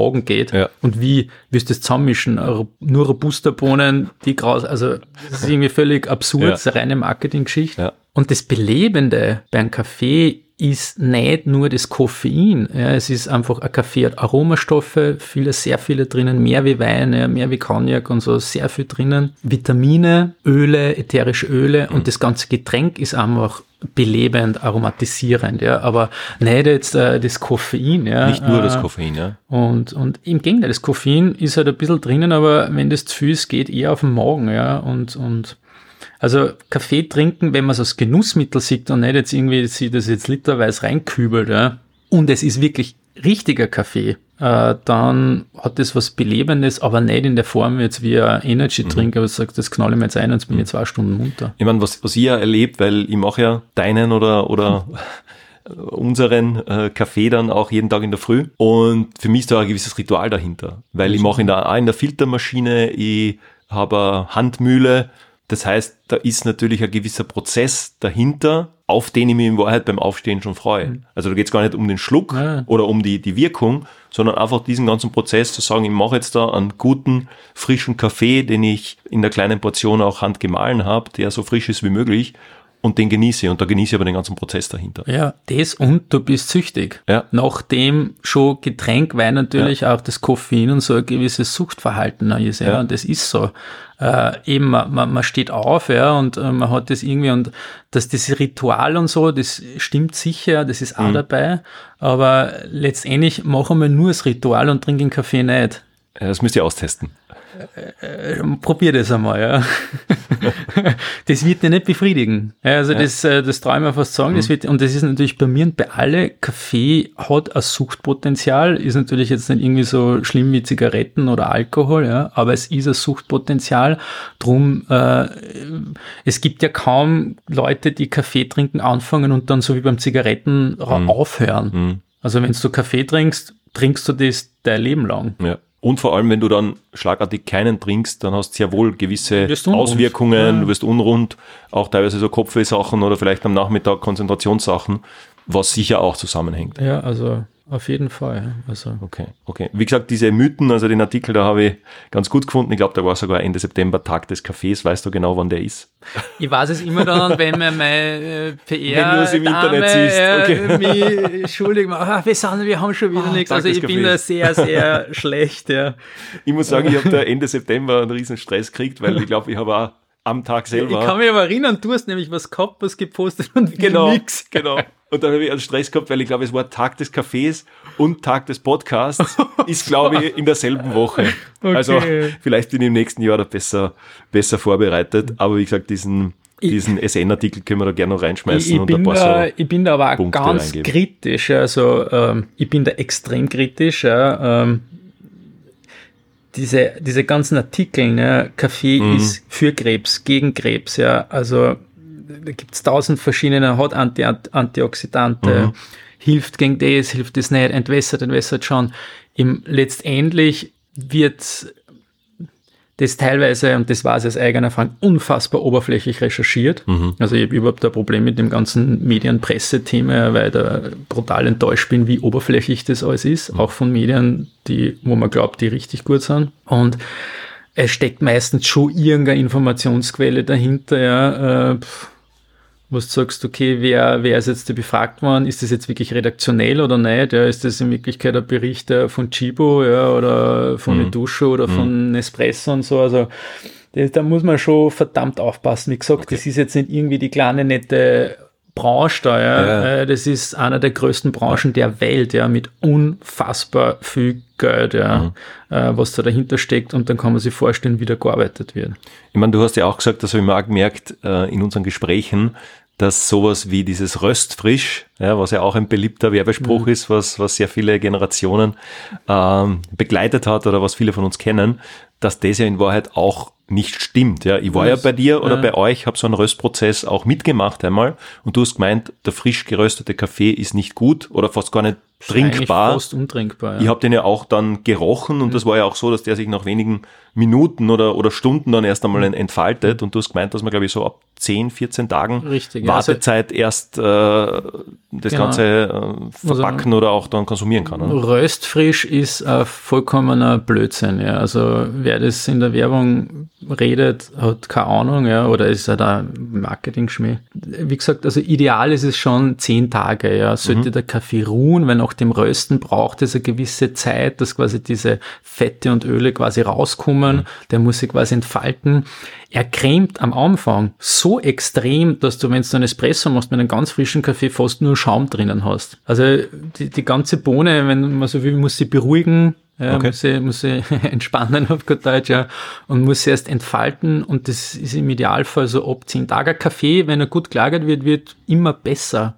[SPEAKER 1] Magen geht.
[SPEAKER 2] Ja.
[SPEAKER 1] Und wie willst du das zusammenmischen? Nur Robusta-Bohnen, die graus, also das ist irgendwie völlig absurd,
[SPEAKER 2] Ja.
[SPEAKER 1] das ist eine reine Marketing-Geschichte.
[SPEAKER 2] Ja.
[SPEAKER 1] Und das Belebende beim Kaffee ist nicht nur das Koffein. Ja, es ist einfach, ein Kaffee hat Aromastoffe, viele, sehr viele drinnen, mehr wie Wein, ja, mehr wie Cognac und so, sehr viel drinnen. Vitamine, Öle, ätherische Öle und das ganze Getränk ist einfach belebend, aromatisierend, ja, aber nicht jetzt äh, das Koffein, ja.
[SPEAKER 2] Nicht nur
[SPEAKER 1] äh,
[SPEAKER 2] das Koffein, ja.
[SPEAKER 1] Und, und im Gegenteil, das Koffein ist halt ein bisschen drinnen, aber wenn das zu viel ist, geht eher auf den Magen, ja, und, und also Kaffee trinken, wenn man es als Genussmittel sieht und nicht jetzt irgendwie sich das jetzt literweise reinkübelt, ja, und es ist wirklich richtiger Kaffee, äh, dann hat das was Belebendes, aber nicht in der Form jetzt wie ein Energy-Drink, aber sagt, das knall ich mir jetzt ein und jetzt bin ich zwei Stunden munter.
[SPEAKER 2] Ich meine, was, was ich ja erlebt, weil ich mache ja deinen oder, oder unseren äh, Kaffee dann auch jeden Tag in der Früh und für mich ist da ein gewisses Ritual dahinter, weil ich mache in der, auch in der Filtermaschine, ich habe eine Handmühle. Das heißt, da ist natürlich ein gewisser Prozess dahinter, auf den ich mich in Wahrheit beim Aufstehen schon freue. Also da geht es gar nicht um den Schluck
[SPEAKER 1] ja.
[SPEAKER 2] oder um die, die Wirkung, sondern einfach diesen ganzen Prozess zu sagen, ich mache jetzt da einen guten, frischen Kaffee, den ich in der kleinen Portion auch handgemahlen habe, der so frisch ist wie möglich und den genieße. Und da genieße ich aber den ganzen Prozess dahinter.
[SPEAKER 1] Ja, das und du bist süchtig.
[SPEAKER 2] Ja.
[SPEAKER 1] Nach dem schon Getränk, weil natürlich ja. auch das Koffein und so ein gewisses Suchtverhalten ist. Ja, ja. Und das ist so. Äh, eben, man, man steht auf, ja, und äh, man hat das irgendwie, und dass das Ritual und so, das stimmt sicher, das ist auch mhm. dabei, aber letztendlich machen wir nur das Ritual und trinken Kaffee nicht.
[SPEAKER 2] Das müsst ihr austesten.
[SPEAKER 1] Äh, äh, probier das einmal, ja. Das wird dir nicht befriedigen. Ja, also ja. das, äh, das traue ich mir fast sagen. Mhm. Das wird, und das ist natürlich bei mir und bei alle, Kaffee hat ein Suchtpotenzial, ist natürlich jetzt nicht irgendwie so schlimm wie Zigaretten oder Alkohol, ja, aber es ist ein Suchtpotenzial. Drum, äh, es gibt ja kaum Leute, die Kaffee trinken, anfangen und dann so wie beim Zigaretten mhm. aufhören. Mhm. Also wenn du Kaffee trinkst, trinkst du das dein Leben lang.
[SPEAKER 2] Ja. Und vor allem, wenn du dann schlagartig keinen trinkst, dann hast du sehr wohl gewisse Auswirkungen, ja. Du wirst unrund, auch teilweise so Kopfwehsachen oder vielleicht am Nachmittag Konzentrationssachen, was sicher auch zusammenhängt.
[SPEAKER 1] Ja, also auf jeden Fall. Also.
[SPEAKER 2] Okay, okay. Wie gesagt, diese Mythen, also den Artikel, da habe ich ganz gut gefunden. Ich glaube, da war sogar Ende September Tag des Kaffees. Weißt du genau, wann der ist?
[SPEAKER 1] Ich weiß es immer dann, wenn mir meine P R
[SPEAKER 2] Wenn du es im Internet siehst.
[SPEAKER 1] Okay. Äh, mich schuldig macht. Ah, wir, sind, wir haben schon wieder oh, nichts. Also ich bin da sehr, sehr schlecht. Ja.
[SPEAKER 2] Ich muss sagen, ich habe da Ende September einen riesen Stress gekriegt, weil ich glaube, ich habe auch am Tag selber...
[SPEAKER 1] Ich kann mich aber erinnern, du hast nämlich was gehabt, was gepostet und
[SPEAKER 2] genau,
[SPEAKER 1] nix.
[SPEAKER 2] Genau. Und dann habe ich einen Stress gehabt, weil ich glaube, es war Tag des Kaffees und Tag des Podcasts, ist, glaube ich, in derselben Woche. Okay. Also vielleicht bin ich im nächsten Jahr da besser, besser vorbereitet. Aber wie gesagt, diesen, diesen S N-Artikel können wir da gerne noch reinschmeißen.
[SPEAKER 1] Ich, ich,
[SPEAKER 2] und
[SPEAKER 1] bin,
[SPEAKER 2] ein paar
[SPEAKER 1] da,
[SPEAKER 2] so
[SPEAKER 1] ich bin da aber auch
[SPEAKER 2] Punkte
[SPEAKER 1] ganz
[SPEAKER 2] reingeben.
[SPEAKER 1] kritisch. Also ähm, ich bin da extrem kritisch. Ja, ähm, diese, diese ganzen Artikel, ja, Kaffee mhm. ist für Krebs, gegen Krebs, ja, also da gibt es tausend verschiedene, hat Anti Antioxidante, mhm. hilft gegen das, hilft das nicht, entwässert, entwässert schon. Im, letztendlich wird das teilweise, und das weiß ich aus eigener Erfahrung, unfassbar oberflächlich recherchiert. Mhm. Also ich habe überhaupt ein Problem mit dem ganzen Medien-Presse-Thema, weil ich da brutal enttäuscht bin, wie oberflächlich das alles ist, mhm. auch von Medien, die, wo man glaubt, die richtig gut sind. Und es steckt meistens schon irgendeine Informationsquelle dahinter, ja, äh, was du sagst, okay, wer, wer ist jetzt befragt worden? Ist das jetzt wirklich redaktionell oder nicht? Ja, ist das in Wirklichkeit ein Bericht von Chibo, ja, oder von mhm. Edusho oder mhm. von Nespresso und so? Also, das, da muss man schon verdammt aufpassen. Wie gesagt, okay. Das ist jetzt nicht irgendwie die kleine, nette Branche da, ja. Ja. Das ist einer der größten Branchen der Welt, ja, mit unfassbar viel Geld, ja, mhm. was da dahinter steckt, und dann kann man sich vorstellen, wie da gearbeitet wird.
[SPEAKER 2] Ich meine, du hast ja auch gesagt, das habe ich mir auch gemerkt in unseren Gesprächen, dass sowas wie dieses Röstfrisch, ja, was ja auch ein beliebter Werbespruch mhm. ist, was, was sehr viele Generationen ähm, begleitet hat oder was viele von uns kennen, dass das ja in Wahrheit auch nicht stimmt. Ja, ich war das, ja bei dir oder ja. bei euch, habe so einen Röstprozess auch mitgemacht einmal, und du hast gemeint, der frisch geröstete Kaffee ist nicht gut oder fast gar nicht trinkbar.
[SPEAKER 1] Fast untrinkbar. Ja.
[SPEAKER 2] Ich habe den ja auch dann gerochen und mhm. das war ja auch so, dass der sich nach wenigen Minuten oder, oder Stunden dann erst einmal entfaltet und du hast gemeint, dass man glaube ich so ab zehn, vierzehn Tagen
[SPEAKER 1] Richtig,
[SPEAKER 2] Wartezeit ja, also, erst äh, das genau. Ganze äh, verpacken also, oder auch dann konsumieren kann. Oder?
[SPEAKER 1] Röstfrisch ist ein vollkommener Blödsinn. Ja. Also wer das in der Werbung redet, hat keine Ahnung, ja, oder ist halt ein Marketing-Schmäh. Wie gesagt, also ideal ist es schon zehn Tage. Ja. Sollte mhm. der Kaffee ruhen, weil nach dem Rösten braucht es eine gewisse Zeit, dass quasi diese Fette und Öle quasi rauskommen. Mhm. Der muss sich quasi entfalten. Er cremt am Anfang so extrem, dass du, wenn du einen Espresso machst mit einem ganz frischen Kaffee, fast nur Schaum drinnen hast. Also die, die ganze Bohne, wenn man so will, muss sie beruhigen, ja, okay. muss sie, muss sie entspannen auf gut Deutsch, ja, und muss sie erst entfalten. Und das ist im Idealfall so ab zehn Tage. Kaffee, wenn er gut gelagert wird, wird immer besser.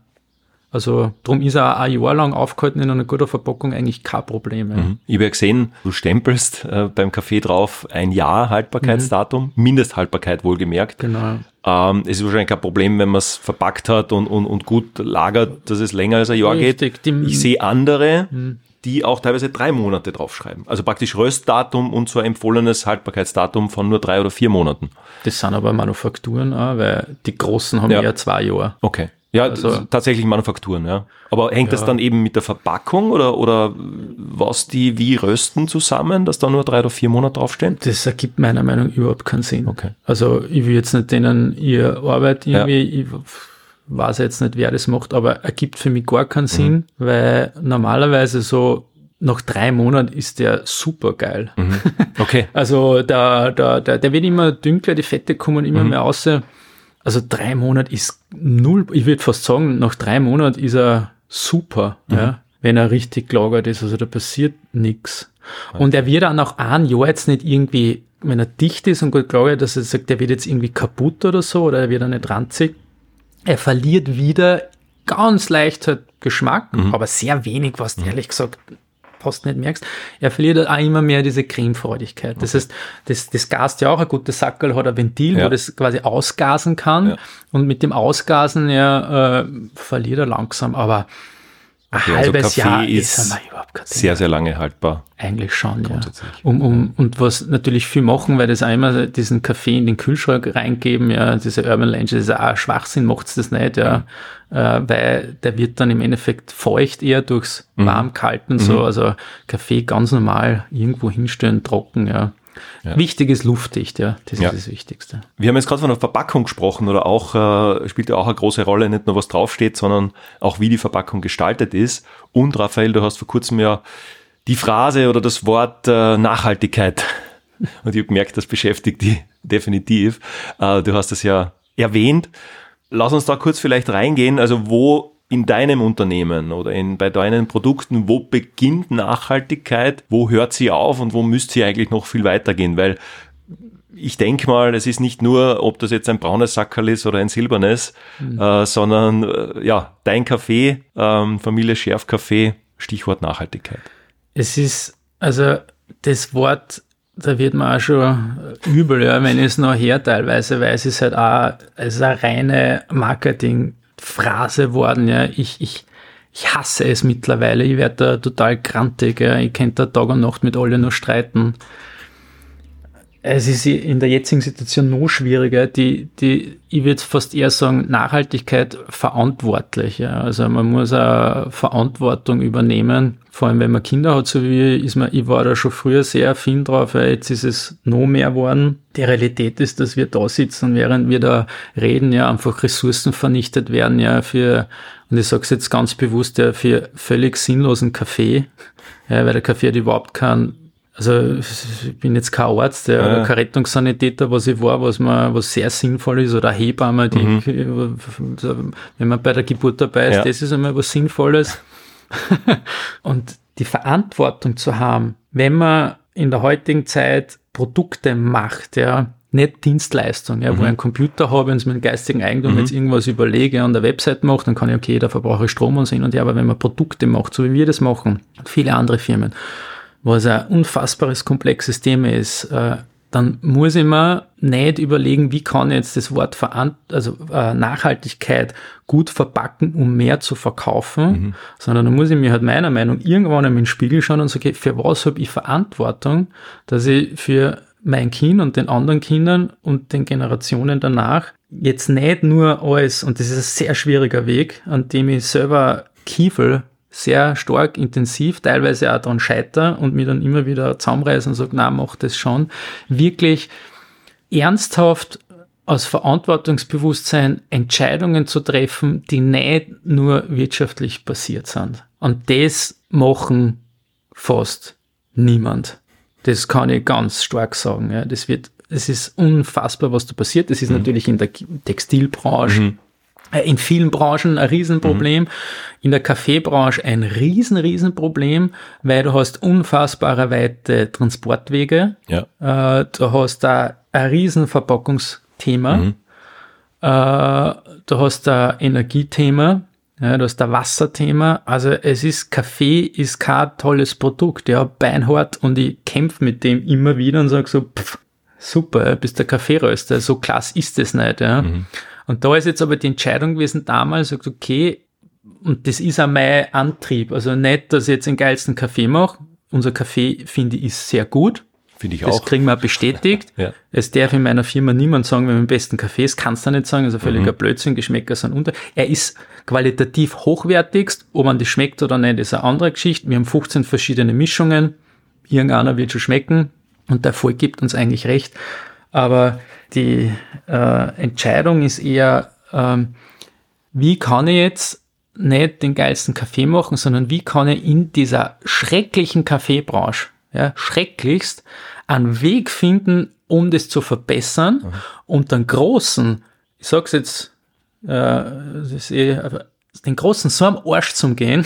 [SPEAKER 1] Also drum ist er auch ein Jahr lang aufgehalten in einer guten Verpackung eigentlich kein Problem. Ja.
[SPEAKER 2] Mhm. Ich habe ja gesehen, du stempelst äh, beim Kaffee drauf ein Jahr Haltbarkeitsdatum, mhm. Mindesthaltbarkeit wohlgemerkt.
[SPEAKER 1] Genau.
[SPEAKER 2] Ähm, es ist wahrscheinlich kein Problem, wenn man es verpackt hat und, und, und gut lagert, dass es länger als ein Jahr Richtig. geht. Ich sehe andere, mhm. die auch teilweise drei Monate draufschreiben. Also praktisch Röstdatum und so ein empfohlenes Haltbarkeitsdatum von nur drei oder vier Monaten.
[SPEAKER 1] Das sind aber Manufakturen auch, weil die großen haben ja eher zwei Jahre.
[SPEAKER 2] Okay. Ja, also, tatsächlich Manufakturen, ja. Aber hängt ja. das dann eben mit der Verpackung oder, oder was die wie rösten zusammen, dass da nur drei oder vier Monate draufstehen?
[SPEAKER 1] Das ergibt meiner Meinung nach überhaupt keinen Sinn.
[SPEAKER 2] Okay.
[SPEAKER 1] Also ich will jetzt nicht denen ihre Arbeit irgendwie, ja. ich weiß jetzt nicht, wer das macht, aber ergibt für mich gar keinen mhm. Sinn, weil normalerweise so nach drei Monaten ist der super geil.
[SPEAKER 2] Mhm. Okay.
[SPEAKER 1] Also da, da, da, der wird immer dünkler, die Fette kommen immer mhm. mehr raus. Also drei Monate ist null, ich würde fast sagen, nach drei Monaten ist er super, mhm. ja, wenn er richtig gelagert ist. Also da passiert nichts. Okay. Und er wird auch nach einem Jahr jetzt nicht irgendwie, wenn er dicht ist und gut gelagert, dass er sagt, der wird jetzt irgendwie kaputt oder so, oder er wird auch nicht ranzig. Er verliert wieder ganz leicht halt Geschmack, mhm. aber sehr wenig, was du mhm. ehrlich gesagt fast nicht merkst. Er verliert auch immer mehr diese Cremefreudigkeit. Das okay. heißt, das, das gast ja auch, ein gutes Sackerl hat ein Ventil, ja. wo das quasi ausgasen kann. Ja. Und mit dem Ausgasen ja, äh, verliert er langsam. Aber ein okay, halbes also Jahr ist, ist er überhaupt kein
[SPEAKER 2] sehr, sehr lange haltbar.
[SPEAKER 1] Eigentlich schon, ja. Um, um, und was natürlich viel machen, weil das einmal diesen Kaffee in den Kühlschrank reingeben, ja, diese Urban Legend, das ist auch Schwachsinn, macht's das nicht, ja, mhm. äh, weil der wird dann im Endeffekt feucht eher durchs mhm. Warm-Kalten, so, mhm. also Kaffee ganz normal irgendwo hinstellen, trocken, ja. Ja. Wichtig ist luftdicht, ja, das ja. ist das Wichtigste.
[SPEAKER 2] Wir haben jetzt gerade von der Verpackung gesprochen oder auch, äh, spielt ja auch eine große Rolle, nicht nur was draufsteht, sondern auch wie die Verpackung gestaltet ist. Und Raphael, du hast vor kurzem ja die Phrase oder das Wort äh, Nachhaltigkeit, und ich habe gemerkt, das beschäftigt die definitiv. Äh, du hast es ja erwähnt. Lass uns da kurz vielleicht reingehen, also wo in deinem Unternehmen oder in, bei deinen Produkten, wo beginnt Nachhaltigkeit, wo hört sie auf und wo müsst sie eigentlich noch viel weitergehen? Weil ich denke mal, es ist nicht nur, ob das jetzt ein braunes Sackerl ist oder ein silbernes, mhm. äh, sondern äh, ja, dein Kaffee, ähm, Familie Scherf Kaffee, Stichwort Nachhaltigkeit.
[SPEAKER 1] Es ist, also das Wort, da wird man auch schon übel, ja, wenn ich es noch her teilweise, weil es ist halt auch, es ist eine reine Marketing- Phrase worden, ja, ich, ich, ich hasse es mittlerweile, ich werde da total grantig, ja, ich könnte da Tag und Nacht mit allen noch streiten. Es ist in der jetzigen Situation noch schwieriger, die, die, ich würde fast eher sagen, Nachhaltigkeit verantwortlich, ja, also man muss auch Verantwortung übernehmen, vor allem wenn man Kinder hat, so wie ist man, ich war da schon früher sehr affin drauf, weil jetzt ist es noch mehr geworden. Die Realität ist, dass wir da sitzen, während wir da reden, ja, einfach Ressourcen vernichtet werden, ja, für, und ich sage es jetzt ganz bewusst, ja, für völlig sinnlosen Kaffee, ja, weil der Kaffee hat überhaupt keinen, also ich bin jetzt kein Arzt, ja, oder kein Rettungssanitäter, was ich war, was man, was sehr sinnvoll ist, oder Hebamme, die, mhm. wenn man bei der Geburt dabei ist, ja. das ist einmal was Sinnvolles. Und die Verantwortung zu haben, wenn man in der heutigen Zeit Produkte macht, ja, nicht Dienstleistung, ja, mhm. wo ich einen Computer habe und es mit dem geistigen Eigentum mhm. jetzt irgendwas überlege, an der Website mache, dann kann ich, okay, da verbrauche ich Strom und so hin und her, aber wenn man Produkte macht, so wie wir das machen, viele andere Firmen, was ein unfassbares, komplexes Thema ist, äh, dann muss ich mir nicht überlegen, wie kann ich jetzt das Wort Verant- also äh, Nachhaltigkeit gut verpacken, um mehr zu verkaufen, mhm. sondern dann muss ich mir halt meiner Meinung nach irgendwann in den Spiegel schauen und sagen, okay, für was habe ich Verantwortung, dass ich für mein Kind und den anderen Kindern und den Generationen danach jetzt nicht nur alles, und das ist ein sehr schwieriger Weg, an dem ich selber kiefel, sehr stark, intensiv, teilweise auch daran scheiter und mir dann immer wieder zusammenreißen und sage, nein, mach das schon, wirklich ernsthaft aus Verantwortungsbewusstsein Entscheidungen zu treffen, die nicht nur wirtschaftlich basiert sind. Und das machen fast niemand. Das kann ich ganz stark sagen. Ja. Das wird, es ist unfassbar, was da passiert. Das ist mhm. natürlich in der Textilbranche, mhm. in vielen Branchen ein Riesenproblem. Mhm. In der Kaffeebranche ein riesen, riesen Problem, weil du hast unfassbare weite Transportwege. Ja. Äh, du hast da ein riesen Verpackungsthema. Mhm. Äh, du hast da Energiethema. Ja, du hast da Wasserthema. Also es ist, Kaffee ist kein tolles Produkt. Ja, beinhart, und ich kämpfe mit dem immer wieder und sage so, pff, super, bist der Kaffeeröster. So klasse ist es nicht. Ja. Mhm. Und da ist jetzt aber die Entscheidung gewesen damals, sagt, okay, und das ist auch mein Antrieb. Also nicht, dass ich jetzt den geilsten Kaffee mache. Unser Kaffee, finde ich, ist sehr gut.
[SPEAKER 2] Finde ich
[SPEAKER 1] das
[SPEAKER 2] auch.
[SPEAKER 1] Das kriegen wir bestätigt. Ja. Es darf in meiner Firma niemand sagen, wir haben den besten Kaffee. Das kannst du nicht sagen. Also völliger mhm. Blödsinn. Geschmäcker sind unter. Er ist qualitativ hochwertigst. Ob man das schmeckt oder nicht, ist eine andere Geschichte. Wir haben fünfzehn verschiedene Mischungen. Irgendeiner wird schon schmecken. Und der Erfolg gibt uns eigentlich recht. Aber die äh, Entscheidung ist eher, ähm, wie kann ich jetzt nicht den geilsten Kaffee machen, sondern wie kann ich in dieser schrecklichen Kaffeebranche, ja, schrecklichst, einen Weg finden, um das zu verbessern, mhm. und den großen, ich sag's jetzt, äh, das ist eh, den großen so am Arsch zum gehen,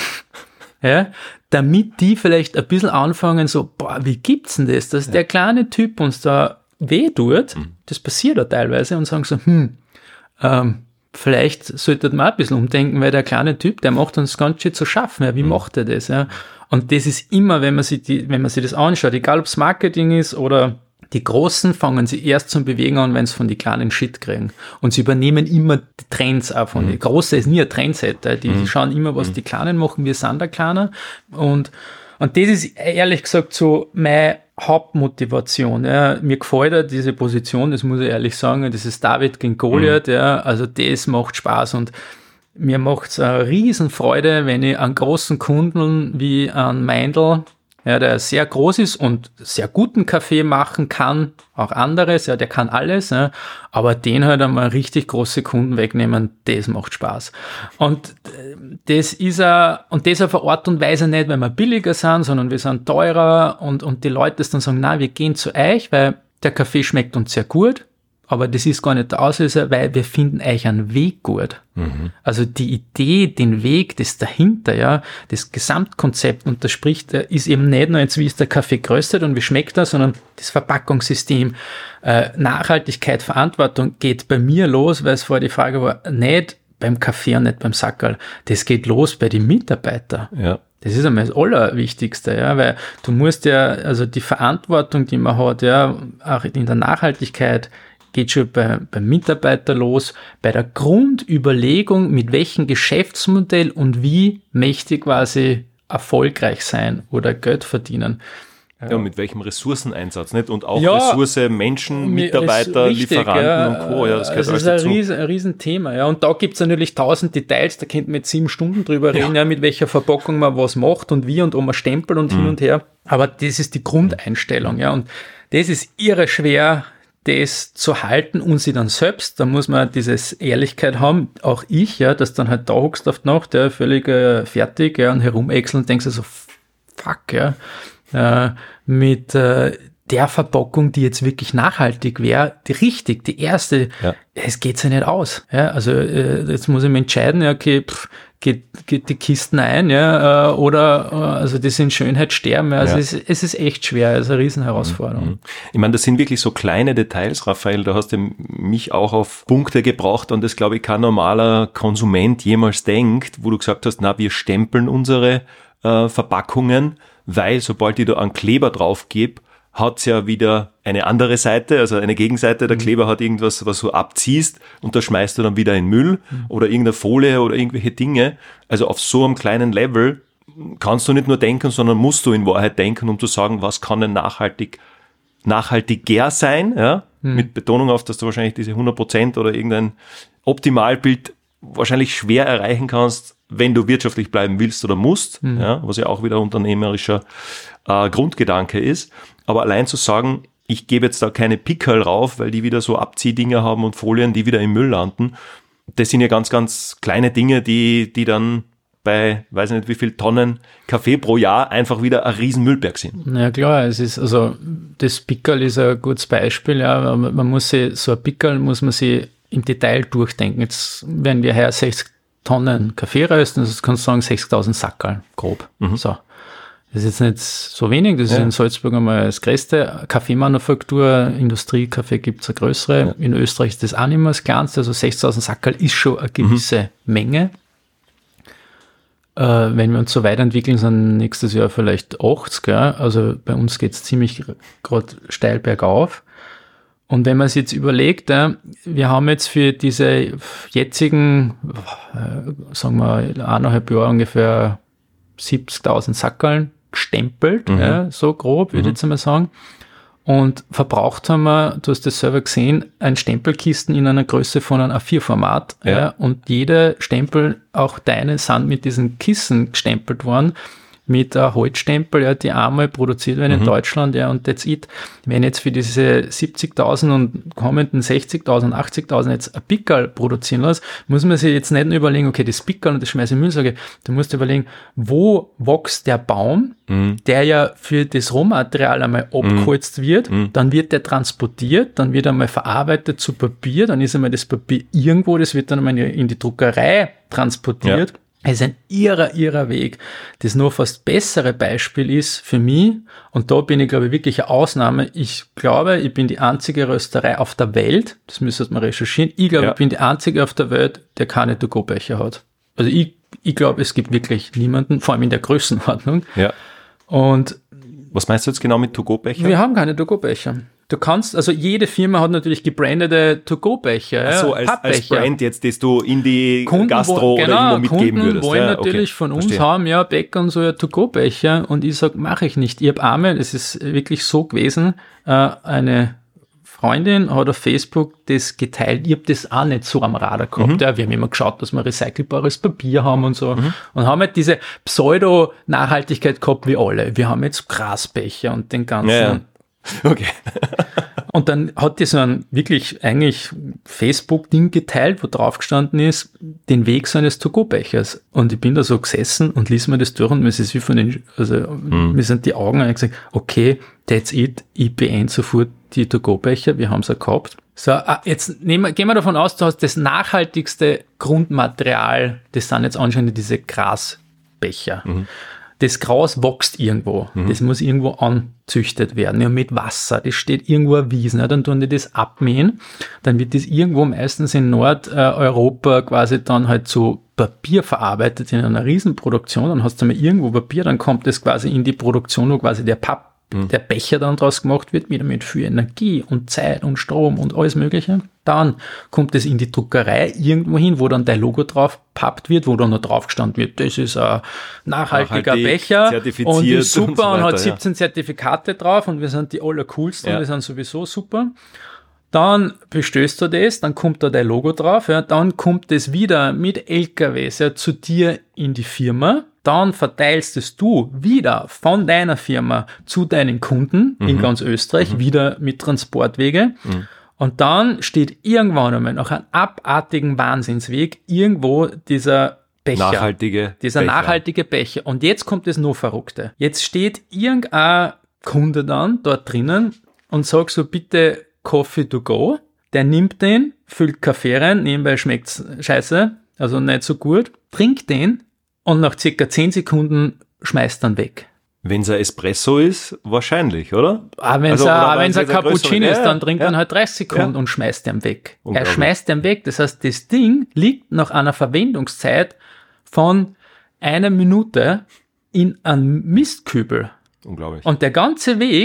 [SPEAKER 1] ja, damit die vielleicht ein bisschen anfangen, so, boah, wie gibt's denn das, dass ja. der kleine Typ uns da weh tut, mhm. das passiert ja teilweise, und sagen so, hm, ähm, vielleicht sollte man auch ein bisschen umdenken, weil der kleine Typ, der macht uns ganz schön zu schaffen. Ja, wie mhm. macht er das? Ja? Und das ist immer, wenn man sich die, wenn man sich das anschaut, egal ob es Marketing ist oder die Großen, fangen sie erst zum Bewegen an, wenn sie von den Kleinen Shit kriegen. Und sie übernehmen immer die Trends auch von mhm. den Großen. Ist nie ein Trendsetter. Die mhm. schauen immer, was mhm. die Kleinen machen. Wir sind der Kleiner. Und, und das ist ehrlich gesagt so mein Hauptmotivation. Ja. Mir gefällt ja diese Position, das muss ich ehrlich sagen, das ist David gegen Goliath, mhm. ja, also das macht Spaß, und mir macht es eine Riesenfreude, wenn ich einen großen Kunden wie einen Meindl, ja, der sehr groß ist und sehr guten Kaffee machen kann, auch anderes, ja, der kann alles, ja, aber den halt einmal richtig große Kunden wegnehmen, das macht Spaß. Und das ist a, und das auf eine Art und Weise nicht, weil wir billiger sind, sondern wir sind teurer, und, und die Leute das dann sagen, na, wir gehen zu euch, weil der Kaffee schmeckt uns sehr gut. Aber das ist gar nicht der Auslöser, weil wir finden euch einen Weg gut. Mhm. Also die Idee, den Weg, das dahinter, ja, das Gesamtkonzept, und das spricht, ist eben nicht nur jetzt, wie ist der Kaffee geröstet und wie schmeckt er, sondern das Verpackungssystem, äh, Nachhaltigkeit, Verantwortung geht bei mir los, weil es vorher die Frage war, nicht beim Kaffee und nicht beim Sackerl. Das geht los bei den Mitarbeitern. Ja. Das ist einmal das Allerwichtigste, ja, weil du musst ja, also die Verantwortung, die man hat, ja, auch in der Nachhaltigkeit, geht schon bei, beim Mitarbeiter los, bei der Grundüberlegung, mit welchem Geschäftsmodell und wie möchte ich quasi erfolgreich sein oder Geld verdienen.
[SPEAKER 2] Ja, mit welchem Ressourceneinsatz, nicht? Und auch ja, Ressource, Menschen, Mitarbeiter, richtig, Lieferanten ja, und Co. Ja, das gehört alles dazu.
[SPEAKER 1] Das ist ein, Riesen, ein Riesenthema. Ja. Und da gibt es natürlich tausend Details, da könnte man jetzt sieben Stunden drüber reden, ja. Ja, mit welcher Verpackung man was macht und wie und um man stempelt und mhm. hin und her. Aber das ist die Grundeinstellung. Ja. Und das ist irre schwer, das zu halten, und sie dann selbst, da muss man dieses Ehrlichkeit haben, auch ich, ja, dass dann halt da hockst auf die Nacht, ja, völlig äh, fertig, ja, und herumexeln und denkst so, fuck, ja, äh, mit äh, der Verpackung, die jetzt wirklich nachhaltig wäre, die richtig, die erste, ja. Es geht ja nicht aus, ja, also äh, jetzt muss ich mich entscheiden, ja, okay, pff, geht, geht die Kisten ein, ja, äh, oder, äh, also das in Schönheit sterben, ja, also ja. Es, es ist echt schwer, es ist eine Riesenherausforderung.
[SPEAKER 2] Ich meine, das sind wirklich so kleine Details, Raphael, da hast du mich auch auf Punkte gebracht, und das, glaube ich, kein normaler Konsument jemals denkt, wo du gesagt hast, na, wir stempeln unsere äh, Verpackungen, weil sobald ich da einen Kleber drauf gebe, hat es ja wieder eine andere Seite, also eine Gegenseite. Der Kleber hat irgendwas, was du abziehst und das schmeißt du dann wieder in Müll mhm. oder irgendeine Folie oder irgendwelche Dinge. Also auf so einem kleinen Level kannst du nicht nur denken, sondern musst du in Wahrheit denken, um zu sagen, was kann denn nachhaltig, nachhaltiger sein, ja? Mhm. Mit Betonung auf, dass du wahrscheinlich diese hundert Prozent oder irgendein Optimalbild wahrscheinlich schwer erreichen kannst, wenn du wirtschaftlich bleiben willst oder musst, mhm. ja, was ja auch wieder unternehmerischer äh, Grundgedanke ist. Aber allein zu sagen, ich gebe jetzt da keine Pickerl rauf, weil die wieder so Abziehdinger haben und Folien, die wieder im Müll landen, das sind ja ganz, ganz kleine Dinge, die, die dann bei, weiß nicht wie viel Tonnen Kaffee pro Jahr einfach wieder ein riesen Müllberg sind.
[SPEAKER 1] Ja klar, es ist, also das Pickerl ist ein gutes Beispiel, ja, man muss sich, so ein Pickerl muss man sich im Detail durchdenken. Jetzt werden wir heuer sechzig Tonnen Kaffee rösten, also kannst du sagen sechzigtausend Sackerl, grob. Mhm. So. Das ist jetzt nicht so wenig, das ja. ist in Salzburg einmal das größte. Kaffeemanufaktur, Industriekaffee gibt es eine größere. Ja. In Österreich ist das auch nicht mehr das kleinste, also sechzigtausend Sackerl ist schon eine gewisse mhm. Menge. Äh, wenn wir uns so weiterentwickeln, sind nächstes Jahr vielleicht achtzig, gell? Also bei uns geht es ziemlich gerade steil bergauf. Und wenn man sich jetzt überlegt, wir haben jetzt für diese jetzigen, sagen wir, eineinhalb Jahre ungefähr siebzigtausend Sackerln gestempelt, mhm. ja, so grob, würde ich mhm. jetzt einmal sagen. Und verbraucht haben wir, du hast das selber gesehen, ein Stempelkisten in einer Größe von einem A vier Format. Ja. Ja, und jede Stempel, auch deine, sind mit diesen Kissen gestempelt worden. Mit einer Holzstempel, ja, die einmal produziert werden mhm. in Deutschland, ja, und that's it. Wenn jetzt für diese siebzigtausend und kommenden sechzigtausend, achtzigtausend jetzt ein Pickerl produzieren lässt, muss man sich jetzt nicht nur überlegen, okay, das Pickerl und das schmeiße ich in den Müll, sage ich, du musst dir überlegen, wo wächst der Baum, mhm. der ja für das Rohmaterial einmal abgeholzt mhm. wird, mhm. dann wird der transportiert, dann wird einmal verarbeitet zu Papier, dann ist einmal das Papier irgendwo, das wird dann einmal in die Druckerei transportiert. Ja. Es ist ein irrer, irrer Weg. Das nur fast bessere Beispiel ist für mich, und da bin ich, glaube ich, wirklich eine Ausnahme. Ich glaube, ich bin die einzige Rösterei auf der Welt, das müsste man recherchieren, ich glaube, ja. ich bin die einzige auf der Welt, der keine To-Go-Becher hat. Also ich, ich glaube, es gibt wirklich niemanden, vor allem in der Größenordnung.
[SPEAKER 2] Ja.
[SPEAKER 1] Und
[SPEAKER 2] was meinst du jetzt genau mit To-Go-Becher?
[SPEAKER 1] Wir haben keine To-Go-Becher. Du kannst, also jede Firma hat natürlich gebrandete To-Go-Becher.
[SPEAKER 2] Ach so, als, als Brand jetzt, das du in die
[SPEAKER 1] Kunden,
[SPEAKER 2] Gastro
[SPEAKER 1] wo, genau,
[SPEAKER 2] oder irgendwo mitgeben
[SPEAKER 1] Kunden
[SPEAKER 2] würdest.
[SPEAKER 1] wollen
[SPEAKER 2] ja,
[SPEAKER 1] natürlich
[SPEAKER 2] okay,
[SPEAKER 1] von uns
[SPEAKER 2] verstehe.
[SPEAKER 1] haben, ja, Bäcker und so ja To-Go-Becher, und ich sag, mache ich nicht. Ich habe einmal, es ist wirklich so gewesen, äh, eine Freundin hat auf Facebook das geteilt. Ich habe das auch nicht so am Radar gehabt. Mhm. Ja, wir haben immer geschaut, dass wir recycelbares Papier haben und so. Mhm. Und haben halt diese Pseudo-Nachhaltigkeit gehabt wie alle. Wir haben jetzt Grasbecher und den ganzen...
[SPEAKER 2] Ja, ja. Okay.
[SPEAKER 1] Und dann hat die so ein wirklich eigentlich Facebook-Ding geteilt, wo drauf gestanden ist, den Weg seines To-Go-Bechers. Und ich bin da so gesessen und ließ mir das durch, und mir ist wie von den, also mhm. mir sind die Augen eigentlich gesagt, okay, that's it, ich beende sofort die To-Go-Becher, wir haben es ja gehabt. So, jetzt nehmen, gehen wir davon aus, du hast das nachhaltigste Grundmaterial, das sind jetzt anscheinend diese Grasbecher. Mhm. Das Gras wächst irgendwo. Mhm. Das muss irgendwo anzüchtet werden. Ja, mit Wasser. Das steht irgendwo auf Wiesen. Ja, dann tun die das abmähen. Dann wird das irgendwo meistens in Nordeuropa quasi dann halt zu Papier verarbeitet in einer Riesenproduktion. Dann hast du mal irgendwo Papier, dann kommt das quasi in die Produktion, wo quasi der Papp, mhm. der Becher dann draus gemacht wird, wieder mit viel Energie und Zeit und Strom und alles Mögliche. Dann kommt es in die Druckerei irgendwo hin, wo dann dein Logo drauf pappt wird, wo dann noch drauf gestanden wird, das ist ein nachhaltiger Nachhaltig, Becher und ist super und, so weiter, und hat siebzehn ja. Zertifikate drauf und wir sind die allercoolsten, ja. wir sind sowieso super. Dann bestößt du das, dann kommt da dein Logo drauf, ja, dann kommt das wieder mit L K Ws ja, zu dir in die Firma. Dann verteilst es du wieder von deiner Firma zu deinen Kunden mhm. in ganz Österreich, mhm. wieder mit Transportwege. Mhm. Und dann steht irgendwann einmal nach einem abartigen Wahnsinnsweg irgendwo dieser Becher.
[SPEAKER 2] Nachhaltige
[SPEAKER 1] dieser Becher. nachhaltige Becher. Und jetzt kommt das noch Verrückte. Jetzt steht irgendein Kunde dann dort drinnen und sagt so, bitte Coffee to go. Der nimmt den, füllt Kaffee rein, nebenbei schmeckt's scheiße, also nicht so gut, trinkt den und nach circa zehn Sekunden schmeißt dann weg.
[SPEAKER 2] Wenn es ein Espresso ist, wahrscheinlich, oder?
[SPEAKER 1] Aber wenn es also, ein, ein Cappuccino ist, dann trinkt ja, man halt dreißig Sekunden ja. und schmeißt den weg. Er schmeißt den weg. Das heißt, das Ding liegt nach einer Verwendungszeit von einer Minute in einem Mistkübel.
[SPEAKER 2] Unglaublich.
[SPEAKER 1] Und der ganze Weg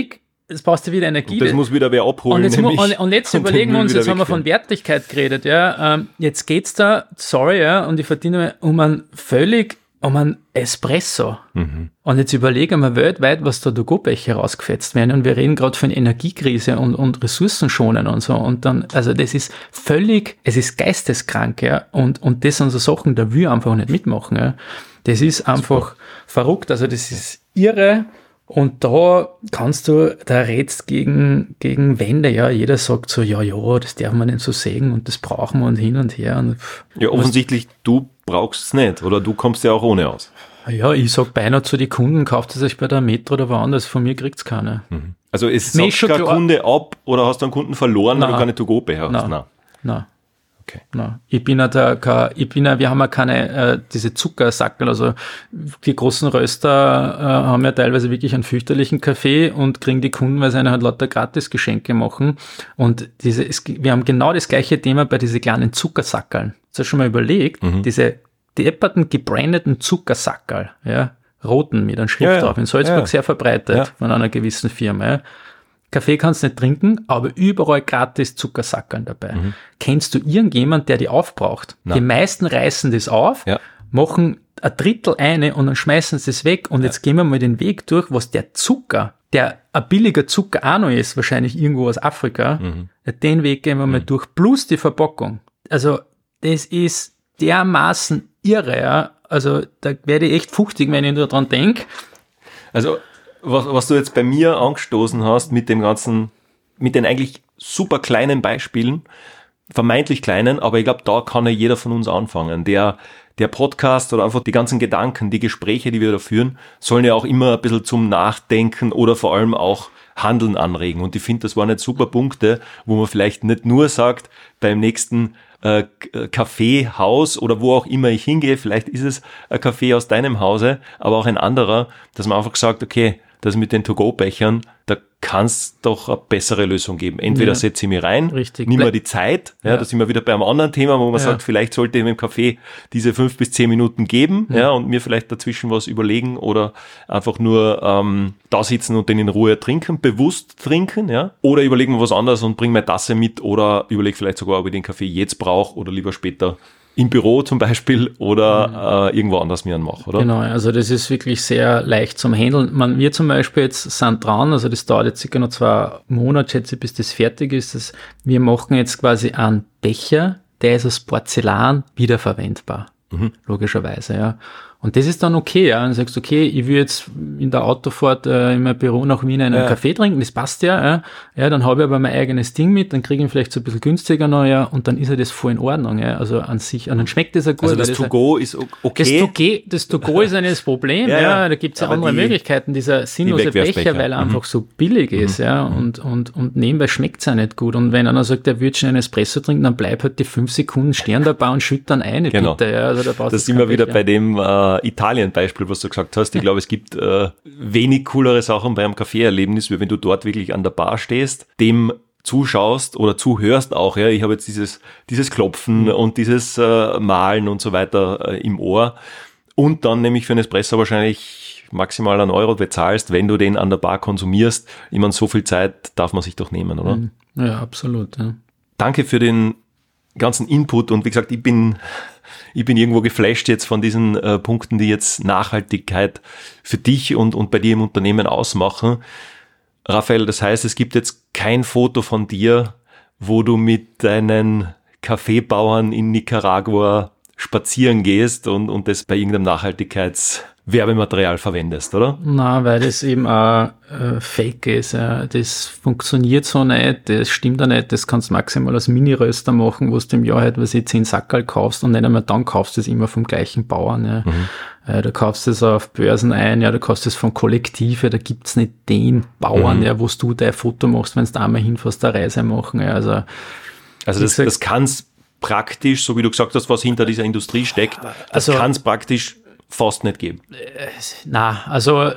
[SPEAKER 1] jetzt brauchst du wieder Energie.
[SPEAKER 2] Und das muss wieder wer abholen.
[SPEAKER 1] Und jetzt,
[SPEAKER 2] nämlich,
[SPEAKER 1] und, und jetzt und überlegen wir uns, jetzt haben wir von Wertigkeit geredet, ja. Ähm, jetzt geht's da, sorry, ja, und ich verdiene um einen völlig, um einen Espresso. Mhm. Und jetzt überlegen wir weltweit, was da To-Go-Becher rausgefetzt werden. Und wir reden gerade von Energiekrise und, und Ressourcenschonen und so. Und dann, also das ist völlig, es ist geisteskrank, ja. Und, und das sind so Sachen, da will ich einfach nicht mitmachen, ja. Das ist einfach Super. verrückt. Also das ist irre. Und da kannst du, da redst gegen, gegen Wände, ja. Jeder sagt so, ja, ja, das darf man nicht so sägen und das brauchen wir und hin und her. Und
[SPEAKER 2] ja, offensichtlich, du brauchst es nicht oder du kommst ja auch ohne aus.
[SPEAKER 1] Ja, ich sag beinahe zu den Kunden, kauft es euch bei der Metro oder woanders, von mir kriegt's keine.
[SPEAKER 2] Mhm. Also es sagt kein Kunde ab oder hast du einen Kunden verloren,
[SPEAKER 1] Nein.
[SPEAKER 2] weil du keine To-Go-Becher hast?
[SPEAKER 1] Nein. Nein. Okay. Nein. Ich bin ja da, ich bin ja, wir haben ja keine, äh, diese Zuckersackel, also die großen Röster äh, haben ja teilweise wirklich einen fürchterlichen Kaffee und kriegen die Kunden, weil sie eine halt lauter Gratis-Geschenke machen. Und diese, es, wir haben genau das gleiche Thema bei diesen kleinen Zuckersackeln. Hast du schon mal überlegt? Mhm. Diese depperten, gebrandeten Zuckersackerl, ja, roten mit einer Schrift ja, drauf, in Salzburg ja. sehr verbreitet ja. von einer gewissen Firma, ja. Kaffee kannst du nicht trinken, aber überall gratis Zuckersackeln dabei. Mhm. Kennst du irgendjemand, der die aufbraucht? Nein. Die meisten reißen das auf, ja. machen ein Drittel eine und dann schmeißen sie es weg. Und ja. jetzt gehen wir mal den Weg durch, was der Zucker, der ein billiger Zucker auch noch ist, wahrscheinlich irgendwo aus Afrika, mhm. den Weg gehen wir mhm. mal durch, plus die Verpackung. Also das ist dermaßen irre, ja. Also da werde ich echt fuchtig, wenn ich nur dran denke.
[SPEAKER 2] Also Was, was du jetzt bei mir angestoßen hast mit dem ganzen, mit den eigentlich super kleinen Beispielen, vermeintlich kleinen, aber ich glaube, da kann ja jeder von uns anfangen. Der, der Podcast oder einfach die ganzen Gedanken, die Gespräche, die wir da führen, sollen ja auch immer ein bisschen zum Nachdenken oder vor allem auch Handeln anregen. Und ich finde, das waren jetzt super Punkte, wo man vielleicht nicht nur sagt, beim nächsten äh, Kaffeehaus oder wo auch immer ich hingehe, vielleicht ist es ein Kaffee aus deinem Hause, aber auch ein anderer, dass man einfach sagt, okay, das mit den To-Go-Bechern, da kann es doch eine bessere Lösung geben. Entweder ja. setze ich mich rein,
[SPEAKER 1] Richtig.
[SPEAKER 2] nimm mir die Zeit, ja, ja. da sind wir wieder bei einem anderen Thema, wo man ja. sagt, vielleicht sollte ich im Kaffee diese fünf bis zehn Minuten geben ja. ja, und mir vielleicht dazwischen was überlegen oder einfach nur ähm, da sitzen und den in Ruhe trinken, bewusst trinken, ja, oder überlegen wir was anderes und bring meine Tasse mit oder überlege vielleicht sogar, ob ich den Kaffee jetzt brauche oder lieber später im Büro zum Beispiel oder äh, irgendwo anders mir anmache, oder?
[SPEAKER 1] Genau, also das ist wirklich sehr leicht zum Handeln. Man, wir zum Beispiel jetzt sind dran, also das dauert jetzt circa noch zwei Monate, schätze ich, bis das fertig ist. Das, wir machen jetzt quasi einen Becher, der ist aus Porzellan wiederverwendbar, mhm. logischerweise, ja. Und das ist dann okay, ja. Und du sagst, okay, ich will jetzt in der Autofahrt äh, in mein Büro nach Wien einen ja. Kaffee trinken, das passt ja, ja. Ja, dann habe ich aber mein eigenes Ding mit, dann kriege ich ihn vielleicht so ein bisschen günstiger noch, ja, und dann ist ja das voll in Ordnung, ja. Also an sich, und dann schmeckt das ja gut.
[SPEAKER 2] Also das To-Go ist okay.
[SPEAKER 1] Das To-Go, das To-Go ist ein das Problem, ja, ja. Da gibt es ja aber andere die, Möglichkeiten, dieser sinnlose Becher, weil er mhm. einfach so billig ist, mhm. ja. Und, und, und nebenbei schmeckt es ja nicht gut. Und wenn einer sagt, er würde schon einen Espresso trinken, dann bleib halt die fünf Sekunden stehen dabei und schütt dann ein,
[SPEAKER 2] genau.
[SPEAKER 1] bitte, ja. Also da brauchst
[SPEAKER 2] das sind wir wieder bei dem, äh, Italien-Beispiel, was du gesagt hast. Ich glaube, es gibt äh, wenig coolere Sachen beim Kaffeeerlebnis, wie wenn du dort wirklich an der Bar stehst, dem zuschaust oder zuhörst auch. Ja, ich habe jetzt dieses dieses Klopfen mhm. und dieses äh, Malen und so weiter äh, im Ohr und dann nämlich für einen Espresso wahrscheinlich maximal einen Euro bezahlst, wenn du den an der Bar konsumierst. Ich meine, so viel Zeit darf man sich doch nehmen, oder?
[SPEAKER 1] Ja, absolut. Ja.
[SPEAKER 2] Danke für den ganzen Input und wie gesagt, ich bin Ich bin irgendwo geflasht jetzt von diesen äh, Punkten, die jetzt Nachhaltigkeit für dich und, und bei dir im Unternehmen ausmachen. Raphael, das heißt, es gibt jetzt kein Foto von dir, wo du mit deinen Kaffeebauern in Nicaragua spazieren gehst und, und das bei irgendeinem Nachhaltigkeitswerbematerial verwendest, oder?
[SPEAKER 1] Na, weil das eben auch äh, fake ist. Ja. Das funktioniert so nicht, das stimmt auch nicht. Das kannst du maximal als Mini-Röster machen, wo du im Jahr halt, was ich, zehn Sackerl kaufst und nicht einmal dann kaufst du es immer vom gleichen Bauern. Ja. Mhm. Äh, du kaufst es auf Börsen ein, ja, du kaufst es vom Kollektiv, ja, da gibt's nicht den Bauern, mhm. ja, wo du dein Foto machst, wenn du da einmal hinfährst, eine Reise machen. Ja. Also,
[SPEAKER 2] also das, das kannst praktisch, so wie du gesagt hast, was hinter dieser Industrie steckt, das also, kann es praktisch fast nicht geben.
[SPEAKER 1] Äh, na, also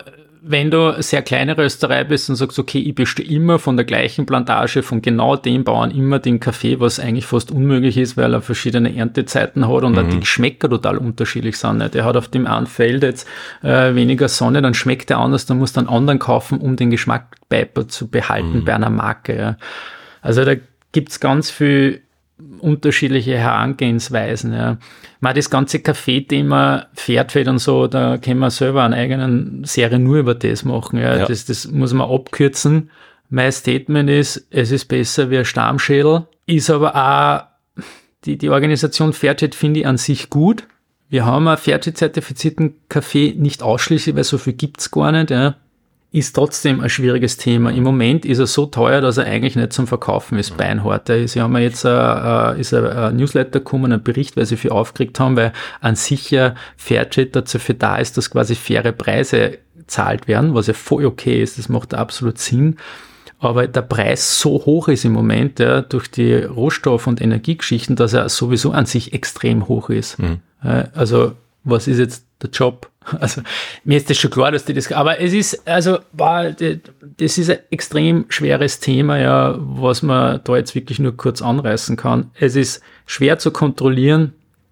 [SPEAKER 1] wenn du eine sehr kleine Rösterei bist und sagst, okay, ich bestelle immer von der gleichen Plantage, von genau dem Bauern immer den Kaffee, was eigentlich fast unmöglich ist, weil er verschiedene Erntezeiten hat und mhm. auch die Geschmäcker total unterschiedlich sind. Ne? Der hat auf dem einen Feld jetzt äh, weniger Sonne, dann schmeckt der anders, dann musst du einen anderen kaufen, um den Geschmack bei, zu behalten mhm. bei einer Marke. Ja. Also da gibt's ganz viel unterschiedliche Herangehensweisen. Ja. Mal das ganze Kaffee-Thema, Fairtrade und so, da können wir selber eine eigene Serie nur über das machen. Ja. Ja. Das, das muss man abkürzen. Mein Statement ist, es ist besser wie ein Stammschädel, ist aber auch, die, die Organisation Fairtrade finde ich an sich gut. Wir haben einen Fairtrade-zertifizierten Kaffee nicht ausschließlich, weil so viel gibt's gar nicht. Ja. Ist trotzdem ein schwieriges Thema. Im Moment ist er so teuer, dass er eigentlich nicht zum Verkaufen ist, beinhart. Sie haben jetzt ein, ist ein Newsletter gekommen, ein Bericht, weil sie viel aufgeregt haben, weil an sich ja Fairtrade dazu für da ist, dass quasi faire Preise gezahlt werden, was ja voll okay ist, das macht absolut Sinn. Aber der Preis so hoch ist im Moment, ja, durch die Rohstoff- und Energiegeschichten, dass er sowieso an sich extrem hoch ist. Mhm. Also, was ist jetzt der Job? Also, mir ist das schon klar, dass die das, aber es ist, also, war, das ist ein extrem schweres Thema, ja, was man da jetzt wirklich nur kurz anreißen kann. Es ist schwer zu kontrollieren.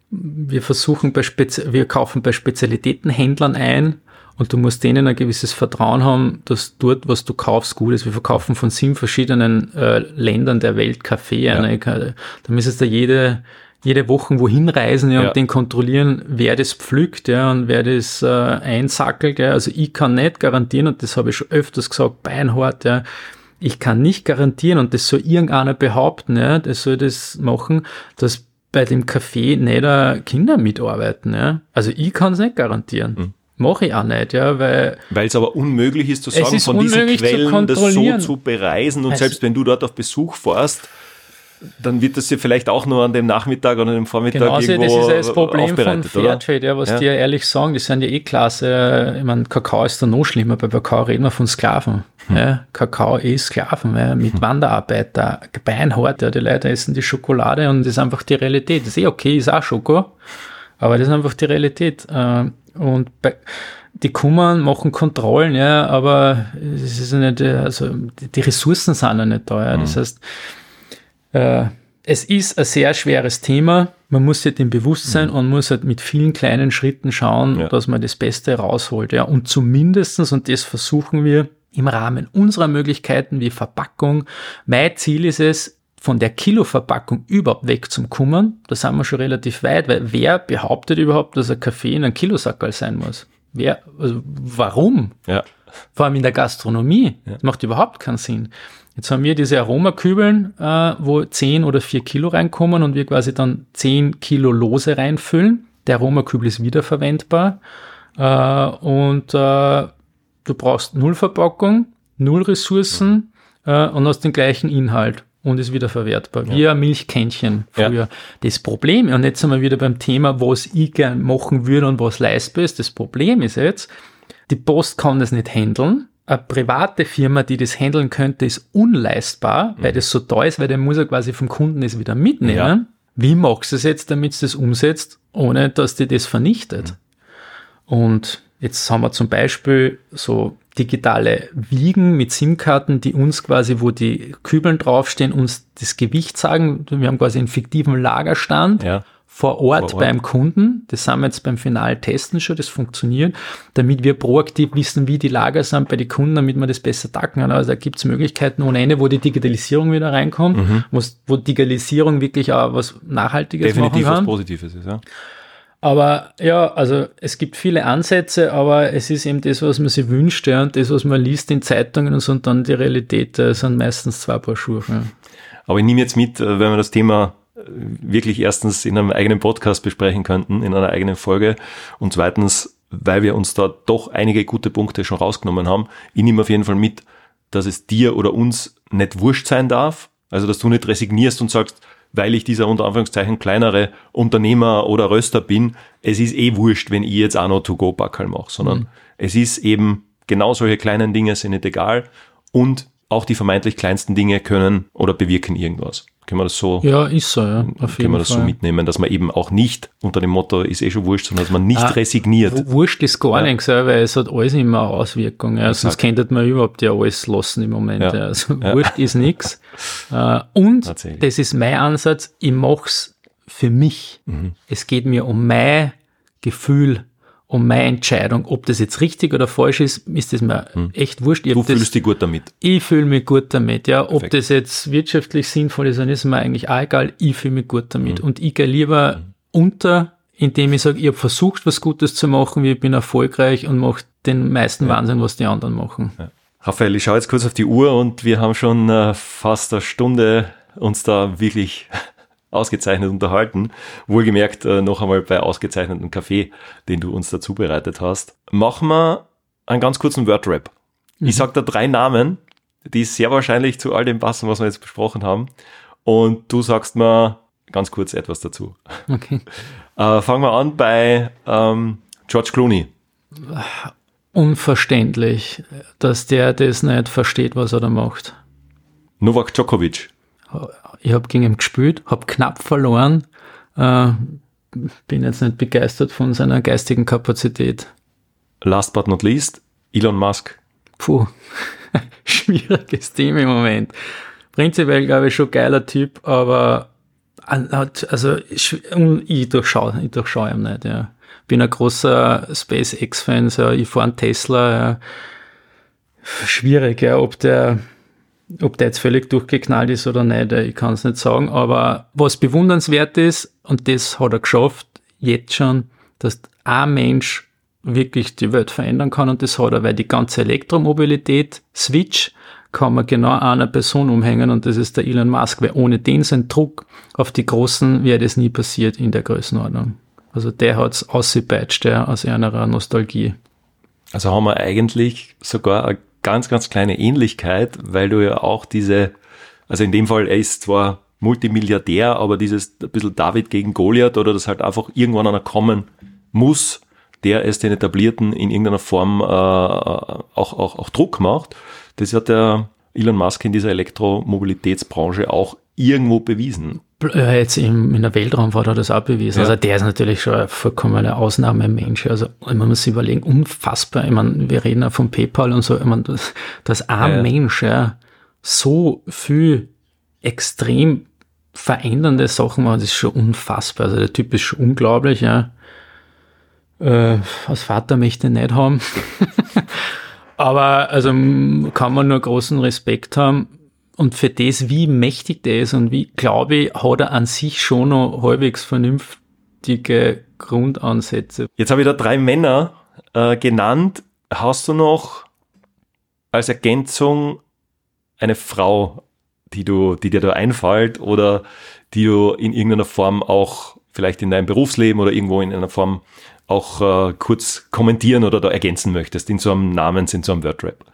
[SPEAKER 1] Wir versuchen bei Spezi- wir kaufen bei Spezialitätenhändlern ein und du musst denen ein gewisses Vertrauen haben, dass dort, was du kaufst, gut ist. Wir verkaufen von sieben verschiedenen äh, Ländern der Welt Kaffee. Ja. Eine, da müsstest du jede, jede Woche wohin reisen, ja, und ja. den kontrollieren, wer das pflückt, ja, und wer das äh, einsackelt, ja. Also ich kann nicht garantieren, und das habe ich schon öfters gesagt, beinhart, ja, ich kann nicht garantieren, und das soll irgendeiner behaupten, ja, das soll das machen, dass bei dem Kaffee nicht Kinder mitarbeiten, ja. Also ich kann es nicht garantieren. Mhm. Mache ich auch nicht, ja, weil... Weil
[SPEAKER 2] es aber unmöglich ist zu sagen, ist von diesen Quellen das so zu bereisen, und also selbst wenn du dort auf Besuch fährst, dann wird das ja vielleicht auch nur an dem Nachmittag oder dem Vormittag genau, irgendwo aufbereitet,
[SPEAKER 1] das ist das Problem von Fairtrade, ja, was ja. die ja ehrlich sagen, die sind ja eh klasse. Ich meine, Kakao ist da noch schlimmer, bei Kakao reden wir von Sklaven. Hm. Ja, Kakao ist Sklaven, ja, mit hm. Wanderarbeiter, beinhart, ja, die Leute essen die Schokolade und das ist einfach die Realität. Das ist eh okay, ist auch Schoko, aber das ist einfach die Realität. Und bei, die kommen, machen Kontrollen, ja, aber es ist nicht, also die Ressourcen sind ja nicht da, ja. Das heißt, äh, es ist ein sehr schweres Thema. Man muss sich dem bewusst sein mhm. und muss halt mit vielen kleinen Schritten schauen, ja. dass man das Beste rausholt, ja. Und zumindestens, und das versuchen wir im Rahmen unserer Möglichkeiten wie Verpackung. Mein Ziel ist es, von der Kilo-Verpackung überhaupt wegzukommen. Da sind wir schon relativ weit, weil wer behauptet überhaupt, dass ein Kaffee in einem Kilosackerl sein muss? Wer, also warum? Ja. Vor allem in der Gastronomie. Ja. Das macht überhaupt keinen Sinn. Jetzt haben wir diese Aromakübeln, äh, wo zehn oder vier Kilo reinkommen und wir quasi dann zehn Kilo Lose reinfüllen. Der Aromakübel ist wiederverwendbar. Äh, und äh, du brauchst null Verpackung, null Ressourcen äh, und hast den gleichen Inhalt. Und ist wieder verwertbar, wie ja. ein Milchkännchen früher. Ja. Das Problem, und jetzt sind wir wieder beim Thema, was ich gern machen würde und was leistbar ist. Das Problem ist jetzt, die Post kann das nicht handeln. Eine private Firma, die das handeln könnte, ist unleistbar, mhm. weil das so teuer ist, weil der muss ja quasi vom Kunden das wieder mitnehmen. Ja. Wie machst du es jetzt, damit es das umsetzt, ohne dass die das vernichtet? Mhm. Und jetzt haben wir zum Beispiel so digitale Wiegen mit SIM-Karten, die uns quasi, wo die Kübeln draufstehen, uns das Gewicht sagen. Wir haben quasi einen fiktiven Lagerstand ja. vor, Ort vor Ort beim Kunden. Das haben wir jetzt beim finalen Testen schon, das funktioniert, damit wir proaktiv wissen, wie die Lager sind bei den Kunden, damit man das besser tacken kann. Also da gibt es Möglichkeiten ohne Ende, wo die Digitalisierung wieder reinkommt, mhm. wo Digitalisierung wirklich auch was Nachhaltiges
[SPEAKER 2] Definitiv
[SPEAKER 1] machen kann.
[SPEAKER 2] Was Positives ist, ja.
[SPEAKER 1] Aber ja, also es gibt viele Ansätze, aber es ist eben das, was man sich wünscht, ja, und das, was man liest in Zeitungen und so, und dann die Realität, das sind meistens zwei Paar Schuhe. Ja.
[SPEAKER 2] Aber ich nehme jetzt mit, wenn wir das Thema wirklich erstens in einem eigenen Podcast besprechen könnten, in einer eigenen Folge, und zweitens, weil wir uns da doch einige gute Punkte schon rausgenommen haben, ich nehme auf jeden Fall mit, dass es dir oder uns nicht wurscht sein darf, also dass du nicht resignierst und sagst, weil ich dieser unter Anführungszeichen kleinere Unternehmer oder Röster bin, es ist eh wurscht, wenn ich jetzt auch noch To-Go-Packerl mache, sondern mhm. es ist eben, genau solche kleinen Dinge sind nicht egal, und auch die vermeintlich kleinsten Dinge können oder bewirken irgendwas. Können wir das so,
[SPEAKER 1] ja, ist so, ja, auf
[SPEAKER 2] können wir das
[SPEAKER 1] Fall.
[SPEAKER 2] so mitnehmen, dass man eben auch nicht unter dem Motto ist eh schon wurscht, sondern dass man nicht ah, resigniert.
[SPEAKER 1] Wurscht ist gar ja. nichts, weil es hat alles immer eine Auswirkung. Ja. Sonst könnte man überhaupt ja alles lassen im Moment. Ja. Ja. Also ja. Wurscht ist nichts. Und das ist mein Ansatz, ich mache es für mich. Mhm. Es geht mir um mein Gefühl, um meine Entscheidung. Ob das jetzt richtig oder falsch ist, ist das mir hm. echt wurscht. Ich
[SPEAKER 2] du fühlst
[SPEAKER 1] das,
[SPEAKER 2] dich gut damit.
[SPEAKER 1] Ich fühle mich gut damit, ja. Ob Perfekt. Das jetzt wirtschaftlich sinnvoll ist, dann ist mir eigentlich auch egal. Ich fühle mich gut damit. Hm. Und ich gehe lieber hm. unter, indem ich sage, ich habe versucht, was Gutes zu machen, ich bin erfolgreich und mache den meisten ja. Wahnsinn, was die anderen machen. Ja.
[SPEAKER 2] Raphael, ich schaue jetzt kurz auf die Uhr und wir haben schon äh, fast eine Stunde uns da wirklich ausgezeichnet unterhalten. Wohlgemerkt äh, noch einmal bei ausgezeichneten Kaffee, den du uns dazu bereitet hast. Machen wir einen ganz kurzen Wordrap. Mhm. Ich sage da drei Namen, die sehr wahrscheinlich zu all dem passen, was wir jetzt besprochen haben. Und du sagst mir ganz kurz etwas dazu.
[SPEAKER 1] Okay.
[SPEAKER 2] Äh, fangen wir an bei ähm, George Clooney.
[SPEAKER 1] Unverständlich, dass der das nicht versteht, was er da macht.
[SPEAKER 2] Novak Djokovic.
[SPEAKER 1] Ich habe gegen ihn gespielt, habe knapp verloren, äh, bin jetzt nicht begeistert von seiner geistigen Kapazität.
[SPEAKER 2] Last but not least, Elon Musk.
[SPEAKER 1] Puh, schwieriges Thema im Moment. Prinzipiell glaube ich schon geiler Typ, aber also ich durchschaue, ich durchschaue ihn nicht. Ja. Bin ein großer SpaceX-Fan, so, ich fahre einen Tesla. Ja. Schwierig, ja, ob der Ob der jetzt völlig durchgeknallt ist oder nicht, ich kann es nicht sagen. Aber was bewundernswert ist, und das hat er geschafft, jetzt schon, dass ein Mensch wirklich die Welt verändern kann. Und das hat er, weil die ganze Elektromobilität, Switch, kann man genau einer Person umhängen und das ist der Elon Musk, weil ohne den sein Druck auf die Großen wäre das nie passiert in der Größenordnung. Also der hat es ausgepeitscht, ja, aus einer Nostalgie.
[SPEAKER 2] Also haben wir eigentlich sogar eine ganz, ganz kleine Ähnlichkeit, weil du ja auch diese, also in dem Fall, er ist zwar Multimilliardär, aber dieses ein bisschen David gegen Goliath oder dass halt einfach irgendwann einer kommen muss, der es den Etablierten in irgendeiner Form äh, auch, auch, auch Druck macht. Das hat der Elon Musk in dieser Elektromobilitätsbranche auch irgendwo bewiesen.
[SPEAKER 1] Ja, jetzt im, in der Weltraumfahrt hat er das auch bewiesen. Ja. Also der ist natürlich schon ein vollkommener Ausnahmemensch. Also man muss sich überlegen, unfassbar. Ich meine, wir reden auch von PayPal und so. Ich meine, dass, dass ein ja, ja. Mensch ja, so viel extrem verändernde Sachen macht, ist schon unfassbar. Also der Typ ist schon unglaublich. Ja. Äh, als Vater möchte ich nicht haben. Aber also kann man nur großen Respekt haben. Und für das, wie mächtig der ist und wie, glaube ich, hat er an sich schon noch halbwegs vernünftige Grundansätze.
[SPEAKER 2] Jetzt habe ich da drei Männer äh, genannt. Hast du noch als Ergänzung eine Frau, die du, die dir da einfällt oder die du in irgendeiner Form auch vielleicht in deinem Berufsleben oder irgendwo in einer Form auch äh, kurz kommentieren oder da ergänzen möchtest in so einem Namens, in so einem Wordrap?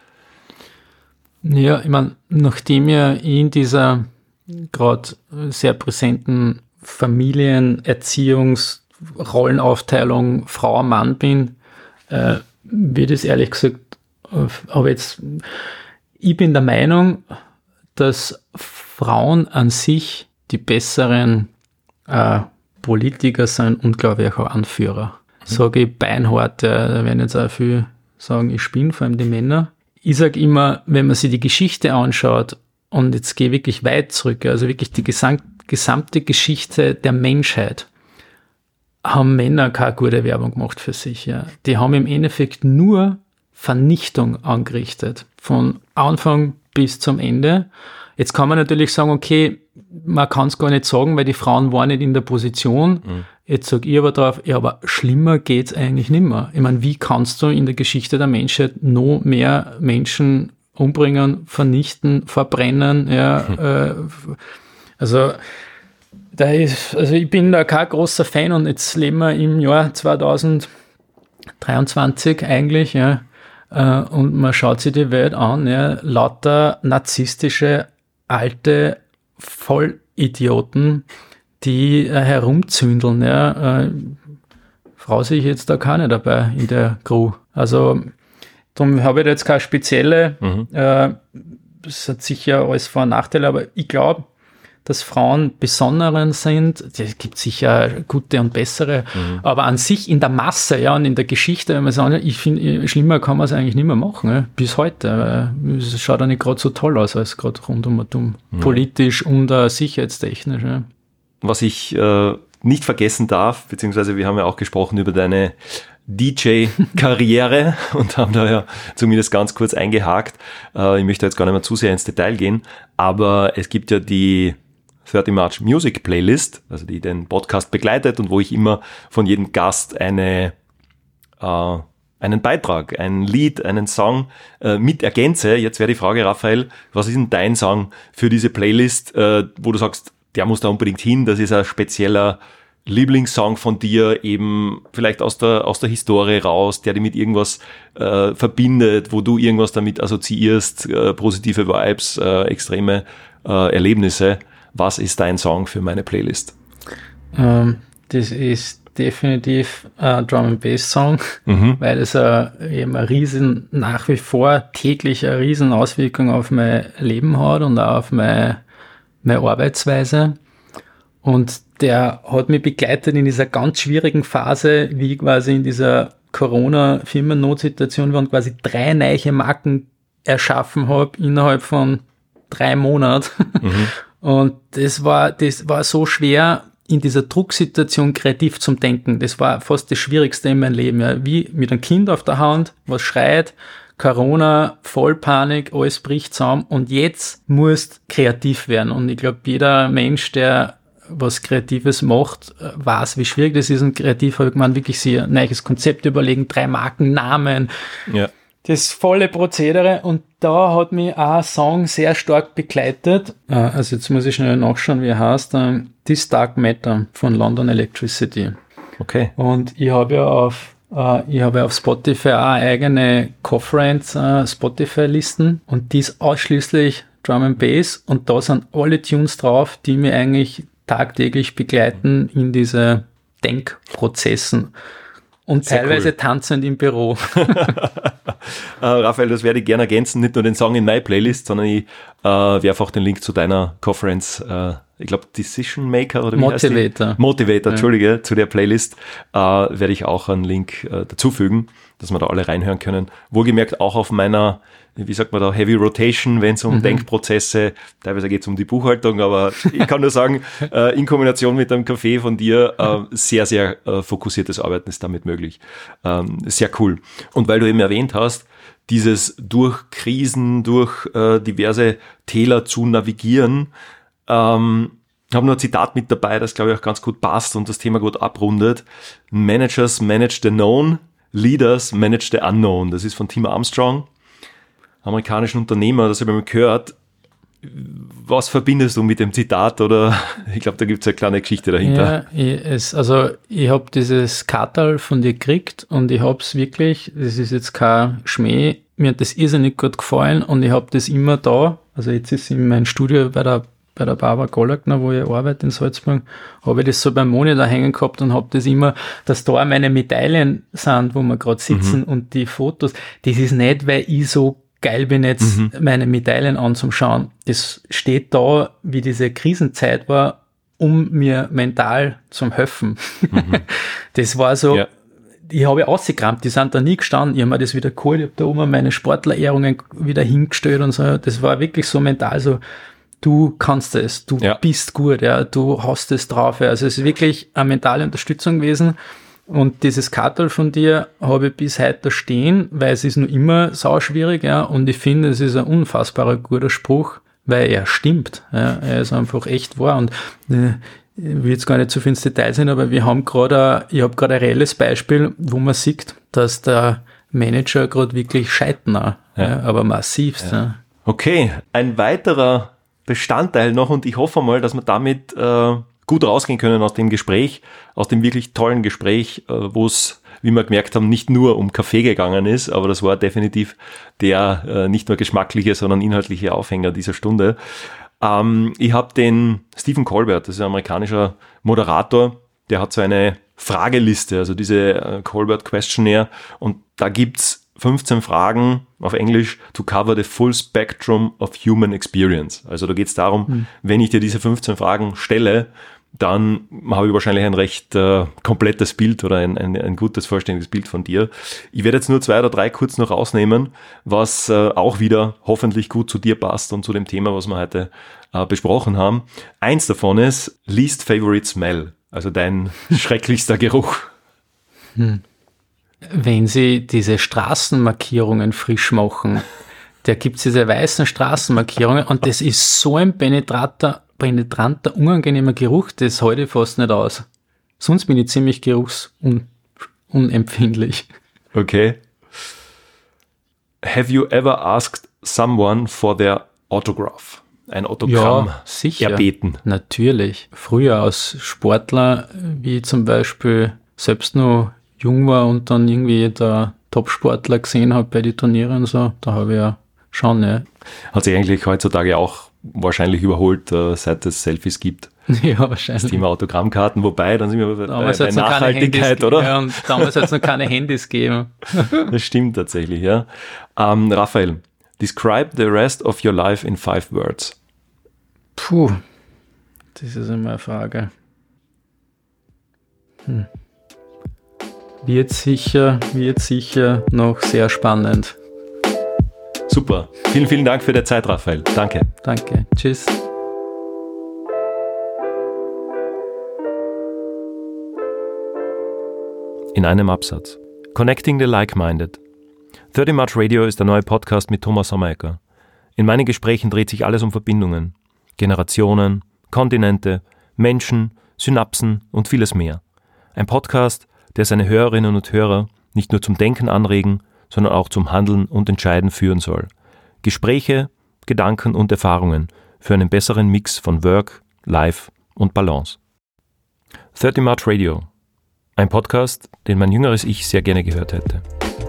[SPEAKER 1] Ja, ich meine, nachdem ja ich in dieser gerade sehr präsenten Familien-, Erziehungs-, Rollenaufteilung Frau-Mann bin, äh, wird es ehrlich gesagt, äh, aber jetzt, ich bin der Meinung, dass Frauen an sich die besseren äh, Politiker sind und glaube ich auch Anführer. Mhm. Sage ich beinhart, äh, da werden jetzt auch viele sagen, ich spinne, vor allem die Männer. Ich sage immer, wenn man sich die Geschichte anschaut, und jetzt gehe ich wirklich weit zurück, also wirklich die gesam- gesamte Geschichte der Menschheit, haben Männer keine gute Werbung gemacht für sich. Ja. Die haben im Endeffekt nur Vernichtung angerichtet, von Anfang bis zum Ende. Jetzt kann man natürlich sagen, okay, man kann es gar nicht sagen, weil die Frauen waren nicht in der Position. Mhm. Jetzt sage ich aber drauf, ja, aber schlimmer geht's eigentlich nicht mehr. Ich meine, wie kannst du in der Geschichte der Menschheit noch mehr Menschen umbringen, vernichten, verbrennen? Ja, mhm. äh, also, da ist, also ich bin da kein großer Fan und jetzt leben wir im Jahr zwanzig dreiundzwanzig eigentlich, ja, äh, und man schaut sich die Welt an, ja, lauter narzisstische, alte Vollidioten, die äh, herumzündeln, ja, äh, Frau sehe ich jetzt da keine dabei in der Crew. Also, darum habe ich da jetzt keine spezielle, mhm. äh, das hat sicher alles Vor- und Nachteile, aber ich glaube, dass Frauen besonderen sind. Es gibt sicher gute und bessere, mhm. aber an sich in der Masse, ja, und in der Geschichte, wenn man sagt, ich finde, schlimmer kann man es eigentlich nicht mehr machen, ja, bis heute. Es schaut ja nicht gerade so toll aus, als gerade rund um und um, mhm. politisch und uh, sicherheitstechnisch. Ja.
[SPEAKER 2] Was ich äh, nicht vergessen darf, beziehungsweise wir haben ja auch gesprochen über deine D J-Karriere und haben da ja zumindest ganz kurz eingehakt. Äh, ich möchte jetzt gar nicht mehr zu sehr ins Detail gehen, aber es gibt ja die thirty March Music Playlist, also die den Podcast begleitet und wo ich immer von jedem Gast eine äh, einen Beitrag, ein Lied, einen Song äh, mit ergänze. Jetzt wäre die Frage, Raphael, was ist denn dein Song für diese Playlist, äh, wo du sagst, der muss da unbedingt hin, das ist ein spezieller Lieblingssong von dir, eben vielleicht aus der aus der Historie raus, der dich mit irgendwas äh, verbindet, wo du irgendwas damit assoziierst, äh, positive Vibes, äh, extreme äh, Erlebnisse. Was ist dein Song für meine Playlist?
[SPEAKER 1] Ähm, das ist definitiv ein Drum and Bass Song, mhm. weil es a, eben eine riesen, nach wie vor täglich eine riesen Auswirkung auf mein Leben hat und auch auf meine, meine Arbeitsweise. Und der hat mich begleitet in dieser ganz schwierigen Phase, wie ich quasi in dieser Corona-Firmennotsituation war und quasi drei neue Marken erschaffen habe innerhalb von drei Monaten. Mhm. Und das war, das war so schwer, in dieser Drucksituation kreativ zum Denken. Das war fast das Schwierigste in meinem Leben. Ja. Wie mit einem Kind auf der Hand, was schreit, Corona, Vollpanik, alles bricht zusammen und jetzt musst kreativ werden. Und ich glaube, jeder Mensch, der was Kreatives macht, weiß, wie schwierig das ist. Und kreativ habe ich gemeint, wirklich sich ein neues Konzept überlegen, drei Markennamen, ja. Das volle Prozedere. Und da hat mich auch ein Song sehr stark begleitet. Also jetzt muss ich schnell nachschauen, wie er heißt. This Dark Matter von London Electricity.
[SPEAKER 2] Okay.
[SPEAKER 1] Und ich habe ja auf ich habe ja auf Spotify auch eigene Conference Spotify-Listen und die ist ausschließlich Drum and Bass und da sind alle Tunes drauf, die mir eigentlich tagtäglich begleiten in diese Denkprozessen und sehr teilweise cool. Tanzend im Büro.
[SPEAKER 2] uh, Raphael, das werde ich gerne ergänzen, nicht nur den Song in meine Playlist, sondern ich uh, werfe auch den Link zu deiner Conference, uh, ich glaube Decision Maker oder wie
[SPEAKER 1] Motivator.
[SPEAKER 2] heißt die? Motivator, ja. Entschuldige, zu der Playlist uh, werde ich auch einen Link uh, dazufügen, dass wir da alle reinhören können. Wohlgemerkt auch auf meiner, wie sagt man da, Heavy Rotation, wenn es um mhm. Denkprozesse, teilweise geht es um die Buchhaltung, aber ich kann nur sagen, äh, in Kombination mit einem Kaffee von dir, äh, sehr, sehr äh, fokussiertes Arbeiten ist damit möglich. Ähm, sehr cool. Und weil du eben erwähnt hast, dieses durch Krisen, durch äh, diverse Täler zu navigieren, ähm, ich habe noch ein Zitat mit dabei, das glaube ich auch ganz gut passt und das Thema gut abrundet. Managers manage the known, Leaders manage the unknown. Das ist von Tim Armstrong, amerikanischen Unternehmer, das habe ich mal gehört. Was verbindest du mit dem Zitat? Oder ich glaube, da gibt es eine kleine Geschichte dahinter.
[SPEAKER 1] Ja, ich, es, also ich habe dieses Kartal von dir gekriegt und ich habe es wirklich, das ist jetzt kein Schmäh, mir hat das irrsinnig gut gefallen und ich habe das immer da, also jetzt ist in meinem Studio bei der bei der Barbara Gollagner, wo ich arbeite in Salzburg, habe ich das so beim Monitor hängen gehabt und habe das immer, dass da meine Medaillen sind, wo wir gerade sitzen mhm. und die Fotos. Das ist nicht, weil ich so geil bin, jetzt mhm. meine Medaillen anzuschauen. Das steht da, wie diese Krisenzeit war, um mir mental zu helfen. Mhm. Das war so, ja. Ich habe ausgekramt, die sind da nie gestanden, ich habe mir das wieder geholt, ich habe da oben meine Sportlerehrungen wieder hingestellt und so. Das war wirklich so mental so, du kannst es, du ja. bist gut, ja, du hast es drauf. Ja. Also es ist wirklich eine mentale Unterstützung gewesen. Und dieses Kartel von dir habe ich bis heute da stehen, weil es ist nur immer sauschwierig, ja. Und ich finde, es ist ein unfassbarer guter Spruch, weil er stimmt. Ja. Er ist einfach echt wahr. Und äh, ich will jetzt gar nicht zu viel ins Detail sein, aber wir haben gerade, ich habe gerade ein reelles Beispiel, wo man sieht, dass der Manager gerade wirklich scheitern, ja. Ja, aber massivst. Ja. Ja.
[SPEAKER 2] Okay, ein weiterer Bestandteil noch und ich hoffe mal, dass wir damit äh, gut rausgehen können aus dem Gespräch, aus dem wirklich tollen Gespräch, äh, wo es, wie wir gemerkt haben, nicht nur um Kaffee gegangen ist, aber das war definitiv der äh, nicht nur geschmackliche, sondern inhaltliche Aufhänger dieser Stunde. Ähm, ich habe den Stephen Colbert, das ist ein amerikanischer Moderator, der hat so eine Frageliste, also diese äh, Colbert Questionnaire und da gibt's fünfzehn Fragen auf Englisch to cover the full spectrum of human experience. Also da geht es darum, mhm. wenn ich dir diese fünfzehn Fragen stelle, dann habe ich wahrscheinlich ein recht äh, komplettes Bild oder ein, ein, ein gutes, vollständiges Bild von dir. Ich werde jetzt nur zwei oder drei kurz noch rausnehmen, was äh, auch wieder hoffentlich gut zu dir passt und zu dem Thema, was wir heute äh, besprochen haben. Eins davon ist Least Favorite Smell, also dein schrecklichster Geruch.
[SPEAKER 1] Hm. Wenn Sie diese Straßenmarkierungen frisch machen, da gibt es diese weißen Straßenmarkierungen und das ist so ein penetranter penetranter, unangenehmer Geruch, das halte ich fast nicht aus. Sonst bin ich ziemlich geruchsunempfindlich.
[SPEAKER 2] Okay. Have you ever asked someone for their autograph? Ein Autogramm
[SPEAKER 1] ja, sicher.
[SPEAKER 2] erbeten?
[SPEAKER 1] Natürlich. Früher als Sportler, wie zum Beispiel selbst noch jung war und dann irgendwie der Top-Sportler gesehen habe bei den Turnieren und so, da habe ich ja schon, ja.
[SPEAKER 2] Hat sich eigentlich heutzutage auch wahrscheinlich überholt, äh, seit es Selfies gibt.
[SPEAKER 1] Ja, wahrscheinlich.
[SPEAKER 2] Das Thema Autogrammkarten, wobei, dann sind wir bei,
[SPEAKER 1] damals
[SPEAKER 2] bei Nachhaltigkeit, oder?
[SPEAKER 1] Ja, und damals hat es noch keine Handys gegeben.
[SPEAKER 2] Das stimmt tatsächlich, ja. Ähm, Raphael, describe the rest of your life in five words.
[SPEAKER 1] Puh, das ist immer eine Frage. Hm. Wird sicher, wird sicher noch sehr spannend.
[SPEAKER 2] Super. Vielen, vielen Dank für die Zeit, Raphael. Danke.
[SPEAKER 1] Danke. Tschüss.
[SPEAKER 2] In einem Absatz. Connecting the Like-Minded. dreißig March Radio ist der neue Podcast mit Thomas Sommeregger. In meinen Gesprächen dreht sich alles um Verbindungen. Generationen, Kontinente, Menschen, Synapsen und vieles mehr. Ein Podcast, der seine Hörerinnen und Hörer nicht nur zum Denken anregen, sondern auch zum Handeln und Entscheiden führen soll. Gespräche, Gedanken und Erfahrungen für einen besseren Mix von Work, Life und Balance. dreißig March Radio. Ein Podcast, den mein jüngeres Ich sehr gerne gehört hätte.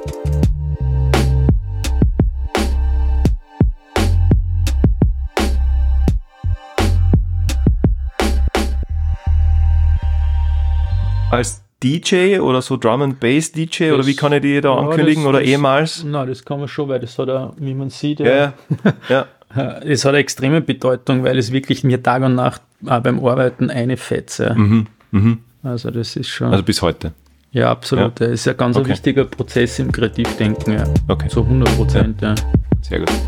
[SPEAKER 2] Als D J oder so Drum and Bass D J, das, oder wie kann ich die da ja, ankündigen, das, oder das, ehemals?
[SPEAKER 1] Nein, das kann man schon, weil das hat ja, wie man sieht,
[SPEAKER 2] ja, ja,
[SPEAKER 1] ja. Es hat eine extreme Bedeutung, weil es wirklich mir Tag und Nacht auch beim Arbeiten eine Fetze.
[SPEAKER 2] Mhm, mhm.
[SPEAKER 1] Also das ist schon...
[SPEAKER 2] Also bis heute?
[SPEAKER 1] Ja, absolut. Ja. Das ist ein ganz okay. wichtiger Prozess im Kreativdenken. Ja.
[SPEAKER 2] Okay.
[SPEAKER 1] So hundert Prozent, ja.
[SPEAKER 2] ja. Sehr gut.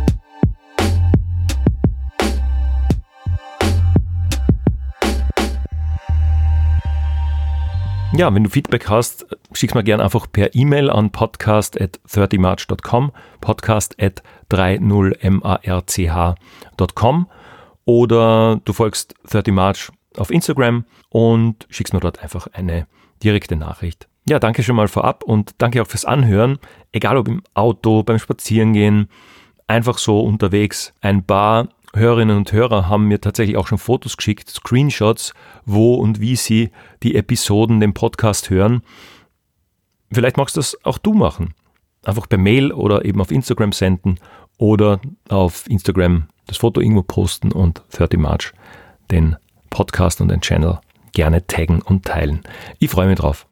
[SPEAKER 2] Ja, wenn du Feedback hast, schick's mir gerne einfach per E-Mail an podcast at thirty march dot com, podcast at thirty march dot com oder du folgst dreißig March auf Instagram und schickst mir dort einfach eine direkte Nachricht. Ja, danke schon mal vorab und danke auch fürs Anhören, egal ob im Auto, beim Spazierengehen, einfach so unterwegs. Ein paar Hörerinnen und Hörer haben mir tatsächlich auch schon Fotos geschickt, Screenshots, wo und wie sie die Episoden, den Podcast hören. Vielleicht magst du das auch du machen. Einfach per Mail oder eben auf Instagram senden oder auf Instagram das Foto irgendwo posten und dreißig March den Podcast und den Channel gerne taggen und teilen. Ich freue mich drauf.